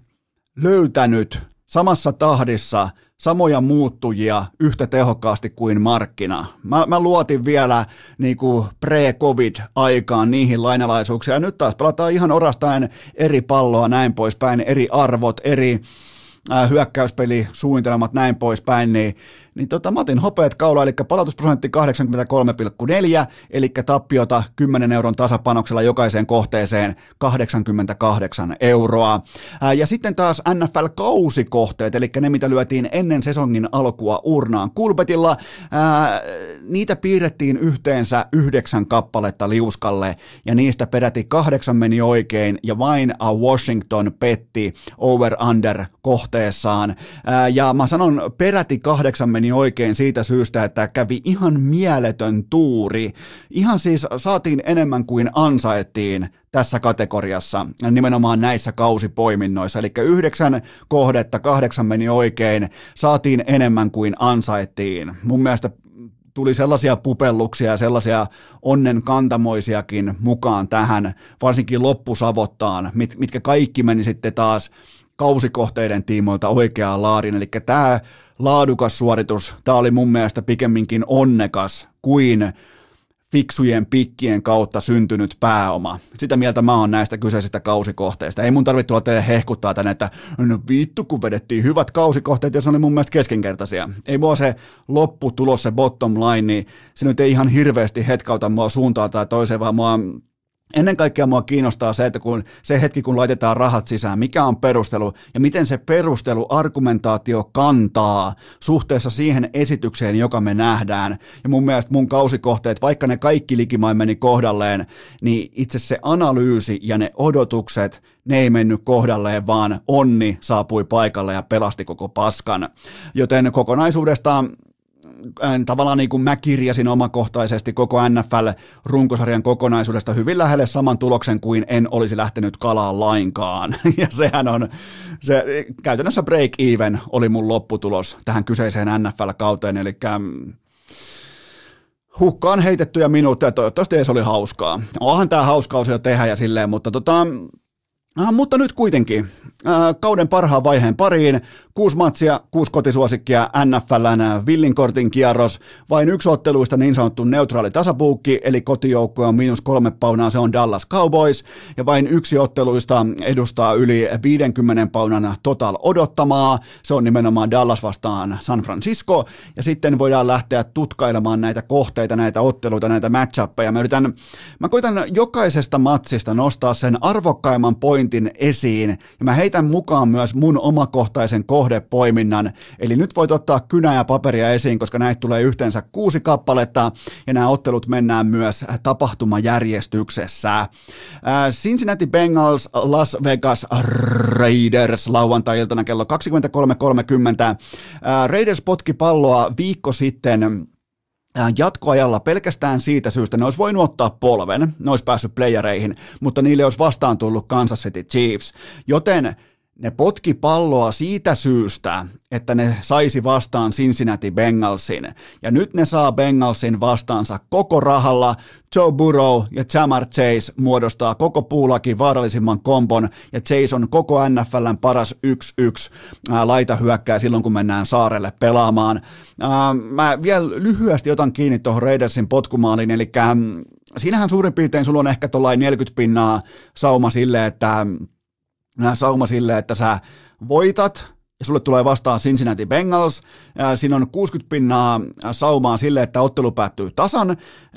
löytänyt samassa tahdissa samoja muuttujia yhtä tehokkaasti kuin markkina. Mä, mä luotin vielä niin kuin pre-covid-aikaan niihin lainalaisuuksia, ja nyt taas pelataan ihan orastaen eri palloa näin poispäin, eri arvot, eri äh, hyökkäyspelisuunnitelmat näin poispäin, niin niin tota, mä otin hopeat kaula, eli palautusprosentti kahdeksankymmentäkolme pilkku neljä, eli tappiota kymmenen euron tasapanoksella jokaiseen kohteeseen kahdeksankymmentäkahdeksan euroa. Ää, ja sitten taas N F L-kausikohteet, eli ne mitä lyötiin ennen sesongin alkua urnaan Kulpetilla, ää, niitä piirrettiin yhteensä yhdeksän kappaletta liuskalle, ja niistä peräti kahdeksan meni oikein, ja vain Washington petti over-under kohteessaan. Ää, ja mä sanon peräti kahdeksan meni oikein siitä syystä, että kävi ihan mieletön tuuri. Ihan siis saatiin enemmän kuin ansaittiin tässä kategoriassa, nimenomaan näissä kausipoiminnoissa. Eli yhdeksän kohdetta, kahdeksan meni oikein, saatiin enemmän kuin ansaittiin. Mun mielestä tuli sellaisia pupelluksia ja sellaisia onnen kantamoisiakin mukaan tähän, varsinkin loppusavottaan, mit, mitkä kaikki meni sitten taas kausikohteiden tiimoilta oikeaan laariin. Eli tämä laadukas suoritus, tämä oli mun mielestä pikemminkin onnekas kuin fiksujen pikkien kautta syntynyt pääoma. Sitä mieltä mä oon näistä kyseisistä kausikohteista. Ei mun tarvitse tulla teille hehkuttaa tänne, että no vittu kun vedettiin hyvät kausikohteet ja se oli mun mielestä keskinkertaisia. Ei mua se lopputulos, se bottom line, niin se nyt ei ihan hirveästi hetkauta mua suuntaan tai toiseen, vaan mua ennen kaikkea mua kiinnostaa se, että kun se hetki, kun laitetaan rahat sisään, mikä on perustelu ja miten se perustelu, argumentaatio kantaa suhteessa siihen esitykseen, joka me nähdään. Ja mun mielestä mun kausikohteet, vaikka ne kaikki likimain meni kohdalleen, niin itse se analyysi ja ne odotukset, ne ei mennyt kohdalleen, vaan onni saapui paikalle ja pelasti koko paskan. Joten kokonaisuudestaan tavallaan niin kuin mä kirjasin omakohtaisesti koko N F L-runkosarjan kokonaisuudesta hyvin lähelle saman tuloksen kuin en olisi lähtenyt kalaan lainkaan. Ja sehän on, se, käytännössä break even oli mun lopputulos tähän kyseiseen N F L-kauteen, eli hukkaan heitettyjä minuutteja, toivottavasti edes oli hauskaa. Onhan tämä hauskaa jo tehdä ja silleen, mutta tota... Ah, mutta nyt kuitenkin äh, kauden parhaan vaiheen pariin, kuusi matsia, kuusi kotisuosikkia, N F L:n villinkortin kierros, vain yksi otteluista niin sanottu neutraali tasapuukki, eli kotijoukkue on miinus kolme paunaa, se on Dallas Cowboys, ja vain yksi otteluista edustaa yli viisikymmentä paunan total odottamaa, se on nimenomaan Dallas vastaan San Francisco, ja sitten voidaan lähteä tutkailemaan näitä kohteita, näitä otteluita, näitä match-uppeja. Mä yritän, mä koitan jokaisesta matsista nostaa sen arvokkaimman pointin esiin, ja mä heitän mukaan myös mun omakohtaisen kohdepoiminnan, eli nyt voit ottaa kynää ja paperia esiin, koska näitä tulee yhteensä kuusi kappaletta, ja nämä ottelut mennään myös tapahtumajärjestyksessä. Cincinnati Bengals, Las Vegas Raiders lauantai-iltana kello kaksikymmentäkolme kolmekymmentä. Raiders potki palloa viikko sitten jatkoajalla pelkästään siitä syystä, ne olisi voinut ottaa polven, ne olisi päässyt playereihin, mutta niille olisi vastaan tullut Kansas City Chiefs, joten ne potki palloa siitä syystä, että ne saisi vastaan Cincinnati Bengalsin, ja nyt ne saa Bengalsin vastaansa koko rahalla. Joe Burrow ja Jamar Chase muodostaa koko puulakin vaarallisimman kompon, ja Chase on koko N F L:n paras yksi yksi laitahyökkääjä silloin, kun mennään saarelle pelaamaan. Mä vielä lyhyesti otan kiinni tuohon Raidersin potkumaaliin, eli siinähän suurin piirtein sulla on ehkä tuollain neljäkymmentä pinnaa sauma sille, että sauma sille, että sä voitat, ja sulle tulee vastaan Cincinnati Bengals. Siinä on kuusikymmentä pinnaa saumaa sille, että ottelu päättyy tasan,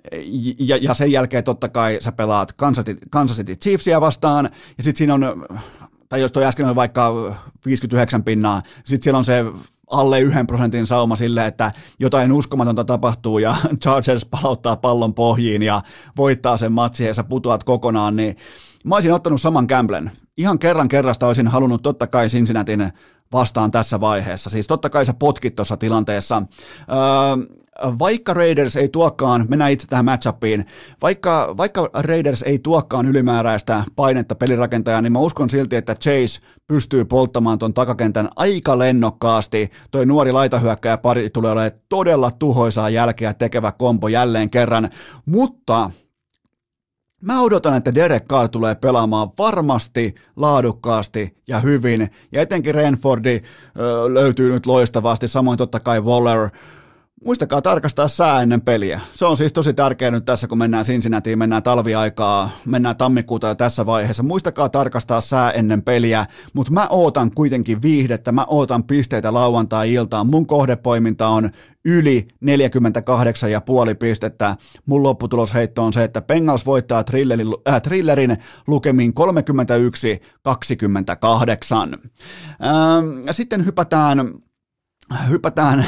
ja, ja sen jälkeen totta kai sä pelaat Kansas City Chiefsia vastaan, ja sitten siinä on, tai jos toi äsken on vaikka viisikymmentäyhdeksän pinnaa, sitten siellä on se alle yhden prosentin sauma sille, että jotain uskomatonta tapahtuu ja Chargers palauttaa pallon pohjiin ja voittaa sen matsin ja sä putoat kokonaan, niin mä olisin ottanut saman gamblen. Ihan kerran kerrasta olisin halunnut totta kai Cincinnatin vastaan tässä vaiheessa. Siis totta kai sä potkit tuossa tilanteessa. Öö, vaikka Raiders ei tuokaan, mennään itse tähän matchupiin, vaikka, vaikka Raiders ei tuokaan ylimääräistä painetta pelirakentajaa, niin mä uskon silti, että Chase pystyy polttamaan ton takakentän aika lennokkaasti. Toi nuori laitahyökkääjä pari tulee olemaan todella tuhoisaa jälkeä tekevä kombo jälleen kerran, mutta mä odotan, että Derek Carr tulee pelaamaan varmasti, laadukkaasti ja hyvin, ja etenkin Renfordi ö, löytyy nyt loistavasti, samoin totta kai Waller. Muistakaa tarkastaa sää ennen peliä. Se on siis tosi tärkeää nyt tässä, kun mennään Cincinnatiin, mennään talviaikaa, mennään tammikuuta jo tässä vaiheessa. Muistakaa tarkastaa sää ennen peliä, mutta mä ootan kuitenkin viihdettä, mä ootan pisteitä lauantai-iltaan. Mun kohdepoiminta on yli neljäkymmentäkahdeksan pilkku viisi pistettä. Mun lopputulosheitto on se, että Bengals voittaa thrillerin, äh, thrillerin lukemin kolmekymmentäyksi kaksikymmentäkahdeksan. Ähm, sitten hypätään, hypätään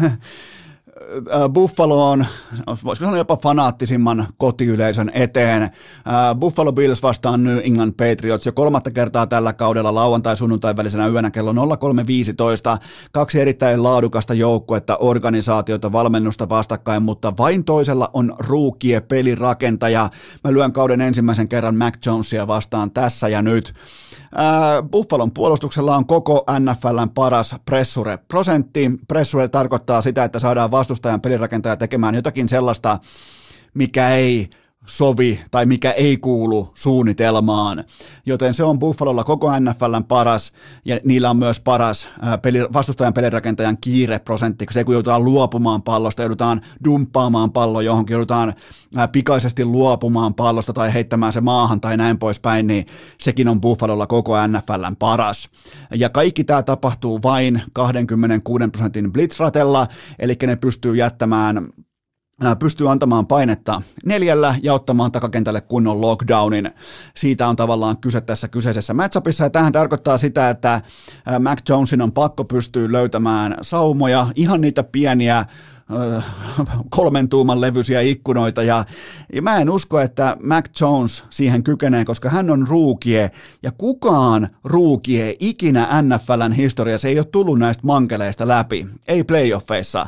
Buffaloon, voisiko sanoa jopa fanaattisimman kotiyleisön eteen. Buffalo Bills vastaan New England Patriots jo kolmatta kertaa tällä kaudella lauantai-sunnuntain välisenä yönä kello nolla kolme viisitoista. Kaksi erittäin laadukasta joukkuetta, organisaatiota, valmennusta vastakkain, mutta vain toisella on ruukie pelirakentaja. Mä lyön kauden ensimmäisen kerran Mac Jonesia vastaan tässä ja nyt. Buffalon puolustuksella on koko N F L:n paras pressure-prosentti. Pressure tarkoittaa sitä, että saadaan vastustajan pelirakentaja tekemään jotakin sellaista, mikä ei sovi tai mikä ei kuulu suunnitelmaan, joten se on Buffalolla koko N F L:n paras, ja niillä on myös paras peli, vastustajan pelirakentajan kiireprosentti, se kun joudutaan luopumaan pallosta, joudutaan dumppaamaan pallo johonkin, joudutaan pikaisesti luopumaan pallosta tai heittämään se maahan tai näin poispäin, niin sekin on Buffalolla koko N F L:n paras. Ja kaikki tämä tapahtuu vain kaksikymmentäkuusi prosentin blitzratella, eli ne pystyy jättämään pystyy antamaan painetta neljällä ja ottamaan takakentälle kunnon lockdownin. Siitä on tavallaan kyse tässä kyseisessä matchupissa, ja tämähän tarkoittaa sitä, että Mac Jonesin on pakko pystyä löytämään saumoja, ihan niitä pieniä kolmen tuuman levyisiä ikkunoita, ja, ja mä en usko, että Mac Jones siihen kykenee, koska hän on rookie, ja kukaan rookie ikinä N F L:n historiassa ei ole tullut näistä mankeleista läpi, ei playoffeissa.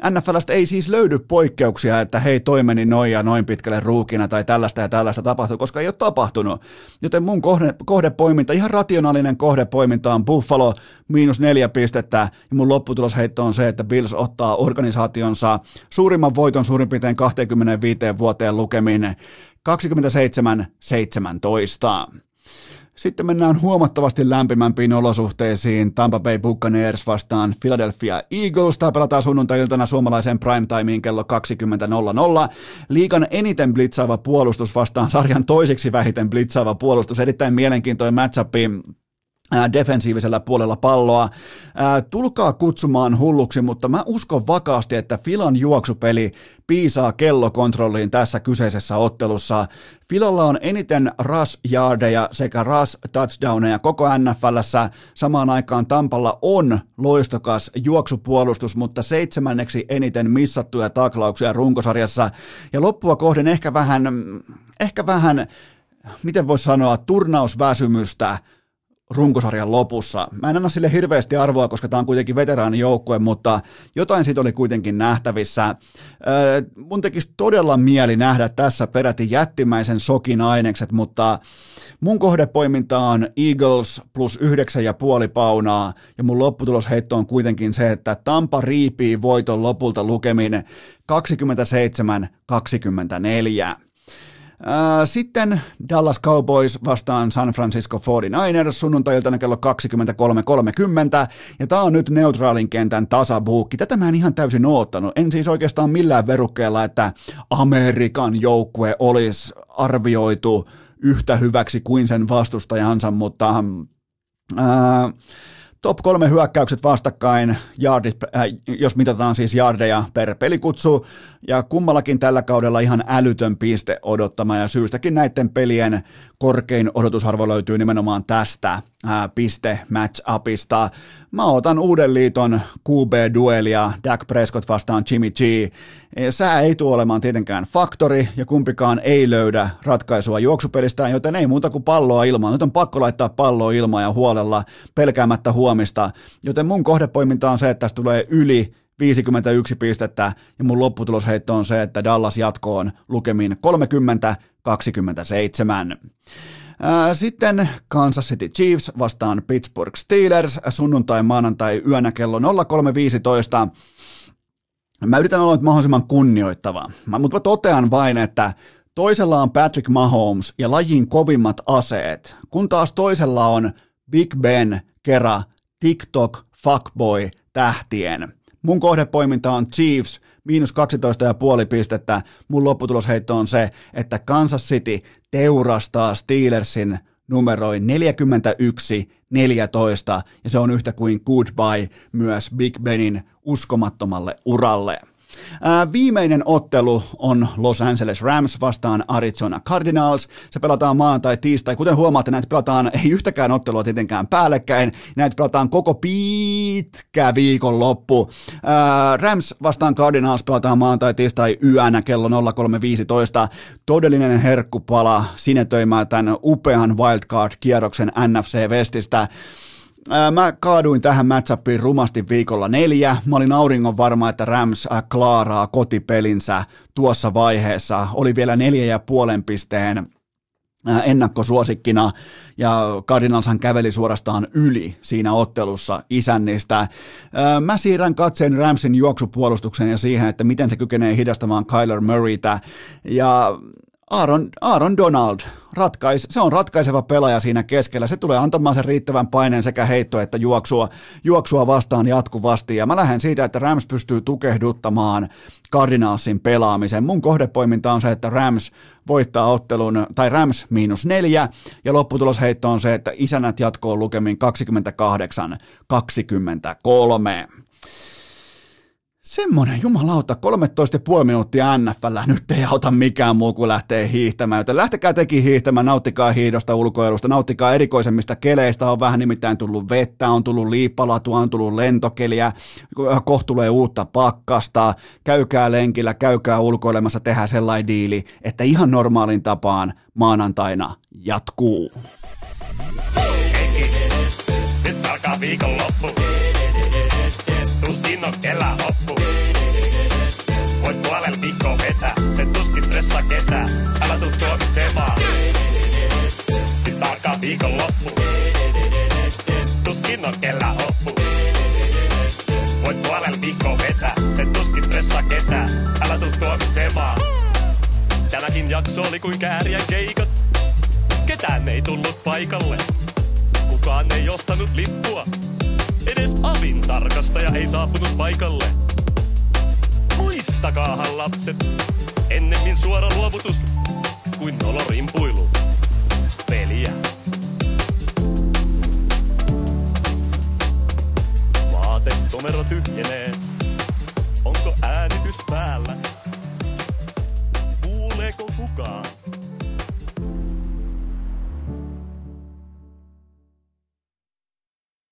N F L:stä ei siis löydy poikkeuksia, että hei, toi meni noin ja noin pitkälle ruukina tai tällaista ja tällaista tapahtui, koska ei ole tapahtunut. Joten mun kohde, kohdepoiminta, ihan rationaalinen kohdepoiminta on Buffalo miinus neljä pistettä ja mun lopputulosheitto on se, että Bills ottaa organisaationsa suurimman voiton suurin piirtein kaksikymmentäviisi vuoteen lukemin kaksikymmentäseitsemän seitsemäntoista. Sitten mennään huomattavasti lämpimämpiin olosuhteisiin. Tampa Bay Buccaneers vastaan Philadelphia Eagles. Tämä pelataan sunnuntai-iltana suomalaiseen primetimeen kello kaksikymmentä nolla nolla. Liigan eniten blitzaava puolustus vastaan sarjan toiseksi vähiten blitzaava puolustus. Erittäin mielenkiintoinen matchupi defensiivisellä puolella palloa. Ää, tulkaa kutsumaan hulluksi, mutta mä uskon vakaasti, että Filan juoksupeli piisaa kellokontrolliin tässä kyseisessä ottelussa. Filalla on eniten rush-yardeja sekä rush-touchdowneja koko N F L:ssä. Samaan aikaan Tampalla on loistokas juoksupuolustus, mutta seitsemänneksi eniten missattuja taklauksia runkosarjassa. Ja loppua kohden ehkä vähän, ehkä vähän, miten voisi sanoa, turnausväsymystä runkosarjan lopussa. Mä en anna sille hirveästi arvoa, koska tämä on kuitenkin veteraanijoukkue, mutta jotain siitä oli kuitenkin nähtävissä. Öö, mun tekisi todella mieli nähdä tässä peräti jättimäisen sokin ainekset, mutta mun kohdepoiminta on Eagles plus yhdeksän ja puoli paunaa, ja mun lopputulosheitto on kuitenkin se, että Tampa riipii voiton lopulta lukemin kaksikymmentäseitsemän kaksikymmentäneljä. Sitten Dallas Cowboys vastaan San Francisco forty-niners sunnuntai-iltana kello kaksikymmentäkolme kolmekymmentä, ja tämä on nyt neutraalin kentän tasabuukki. Tätä mä en ihan täysin oottanut. En siis oikeastaan millään verukkeella, että Amerikan joukkue olisi arvioitu yhtä hyväksi kuin sen vastustajansa, mutta ää, top kolme hyökkäykset vastakkain, yardit, äh, jos mitataan siis yardeja per pelikutsu, ja kummallakin tällä kaudella ihan älytön piste odottama, ja syystäkin näiden pelien korkein odotusarvo löytyy nimenomaan tästä äh, piste match-upista. Mä otan uuden liiton Q B-duelia, Dak Prescott vastaan Jimmy G. Sää ei tule olemaan tietenkään faktori, ja kumpikaan ei löydä ratkaisua juoksupelistään, joten ei muuta kuin palloa ilmaan. Nyt on pakko laittaa palloa ilmaan ja huolella pelkäämättä huomista, joten mun kohdepoiminta on se, että tässä tulee yli viisikymmentäyksi pistettä, ja mun lopputulosheitto on se, että Dallas jatkoon lukemin kolmekymmentä kaksikymmentäseitsemän. Sitten Kansas City Chiefs vastaan Pittsburgh Steelers sunnuntai-maanantai yönä kello nolla kolme viisitoista. Mä yritän olla nyt mahdollisimman kunnioittava, mutta mä totean vain, että toisella on Patrick Mahomes ja lajin kovimmat aseet, kun taas toisella on Big Ben kera TikTok fuckboy tähtien. Mun kohdepoiminta on Chiefs, miinus kaksitoista pilkku viisi pistettä. Mun lopputulosheitto on se, että Kansas City teurastaa Steelersin numeroin neljäkymmentäyksi neljätoista, ja se on yhtä kuin goodbye myös Big Benin uskomattomalle uralle. Ää, viimeinen ottelu on Los Angeles Rams vastaan Arizona Cardinals. Se pelataan maanantai, tiistai. Kuten huomaatte, näitä pelataan ei yhtäkään ottelua tietenkään päällekkäin. Näitä pelataan koko pitkä viikonloppu. Ää, Rams vastaan Cardinals pelataan maanantai, tiistai yönä kello nolla kolme viisitoista. Todellinen herkkupala sinetöimään tämän upean wildcard-kierroksen N F C-vestistä. Mä kaaduin tähän matchupiin rumasti viikolla neljä. Mä olin auringon varma, että Rams klaaraa kotipelinsä tuossa vaiheessa. Oli vielä neljä ja puolen pisteen ennakkosuosikkina, ja Cardinalshan käveli suorastaan yli siinä ottelussa isännistä. Mä siirrän katseen Ramsin juoksupuolustuksen ja siihen, että miten se kykenee hidastamaan Kyler Murraytä, ja Aaron, Aaron Donald, ratkais, se on ratkaiseva pelaaja siinä keskellä. Se tulee antamaan sen riittävän paineen sekä heitto että juoksua, juoksua vastaan jatkuvasti. Ja mä lähden siitä, että Rams pystyy tukehduttamaan Cardinalsin pelaamisen. Mun kohdepoiminta on se, että Rams voittaa ottelun, tai Rams miinus neljä, ja lopputulosheitto on se, että isänät jatkoon lukemin kaksikymmentäkahdeksan kaksikymmentäkolme. Semmoinen, jumalauta, kolmetoista pilkku viisi minuuttia N F L, nyt ei auta mikään muu kuin lähtee hiihtämään, joten lähtekää tekin hiihtämään, nauttikaa hiihdosta, ulkoilusta, nauttikaa erikoisemmista keleistä, on vähän nimittäin tullut vettä, on tullut liippalatua, on tullut lentokeliä, kohta tulee uutta pakkasta, käykää lenkillä, käykää ulkoilemassa, tehdään sellainen diili, että ihan normaalin tapaan maanantaina jatkuu. Nyt alkaa viikonloppu. Tuskin on kellä hoppu. No kellä hoppu. Voit puolella viikkoa vetää, sen tuskin stressaa ketään. Älä tuu tuomitsemaan. Tämäkin jakso oli kuin kääriän keikat. Ketään ei tullut paikalle. Kukaan ei ostanut lippua. Edes avin tarkastaja ei saapunut paikalle. Muistakaahan lapset, ennemmin suora luovutus kuin nolorimpuilu. Peliä. Vaatekomero tyhjenee.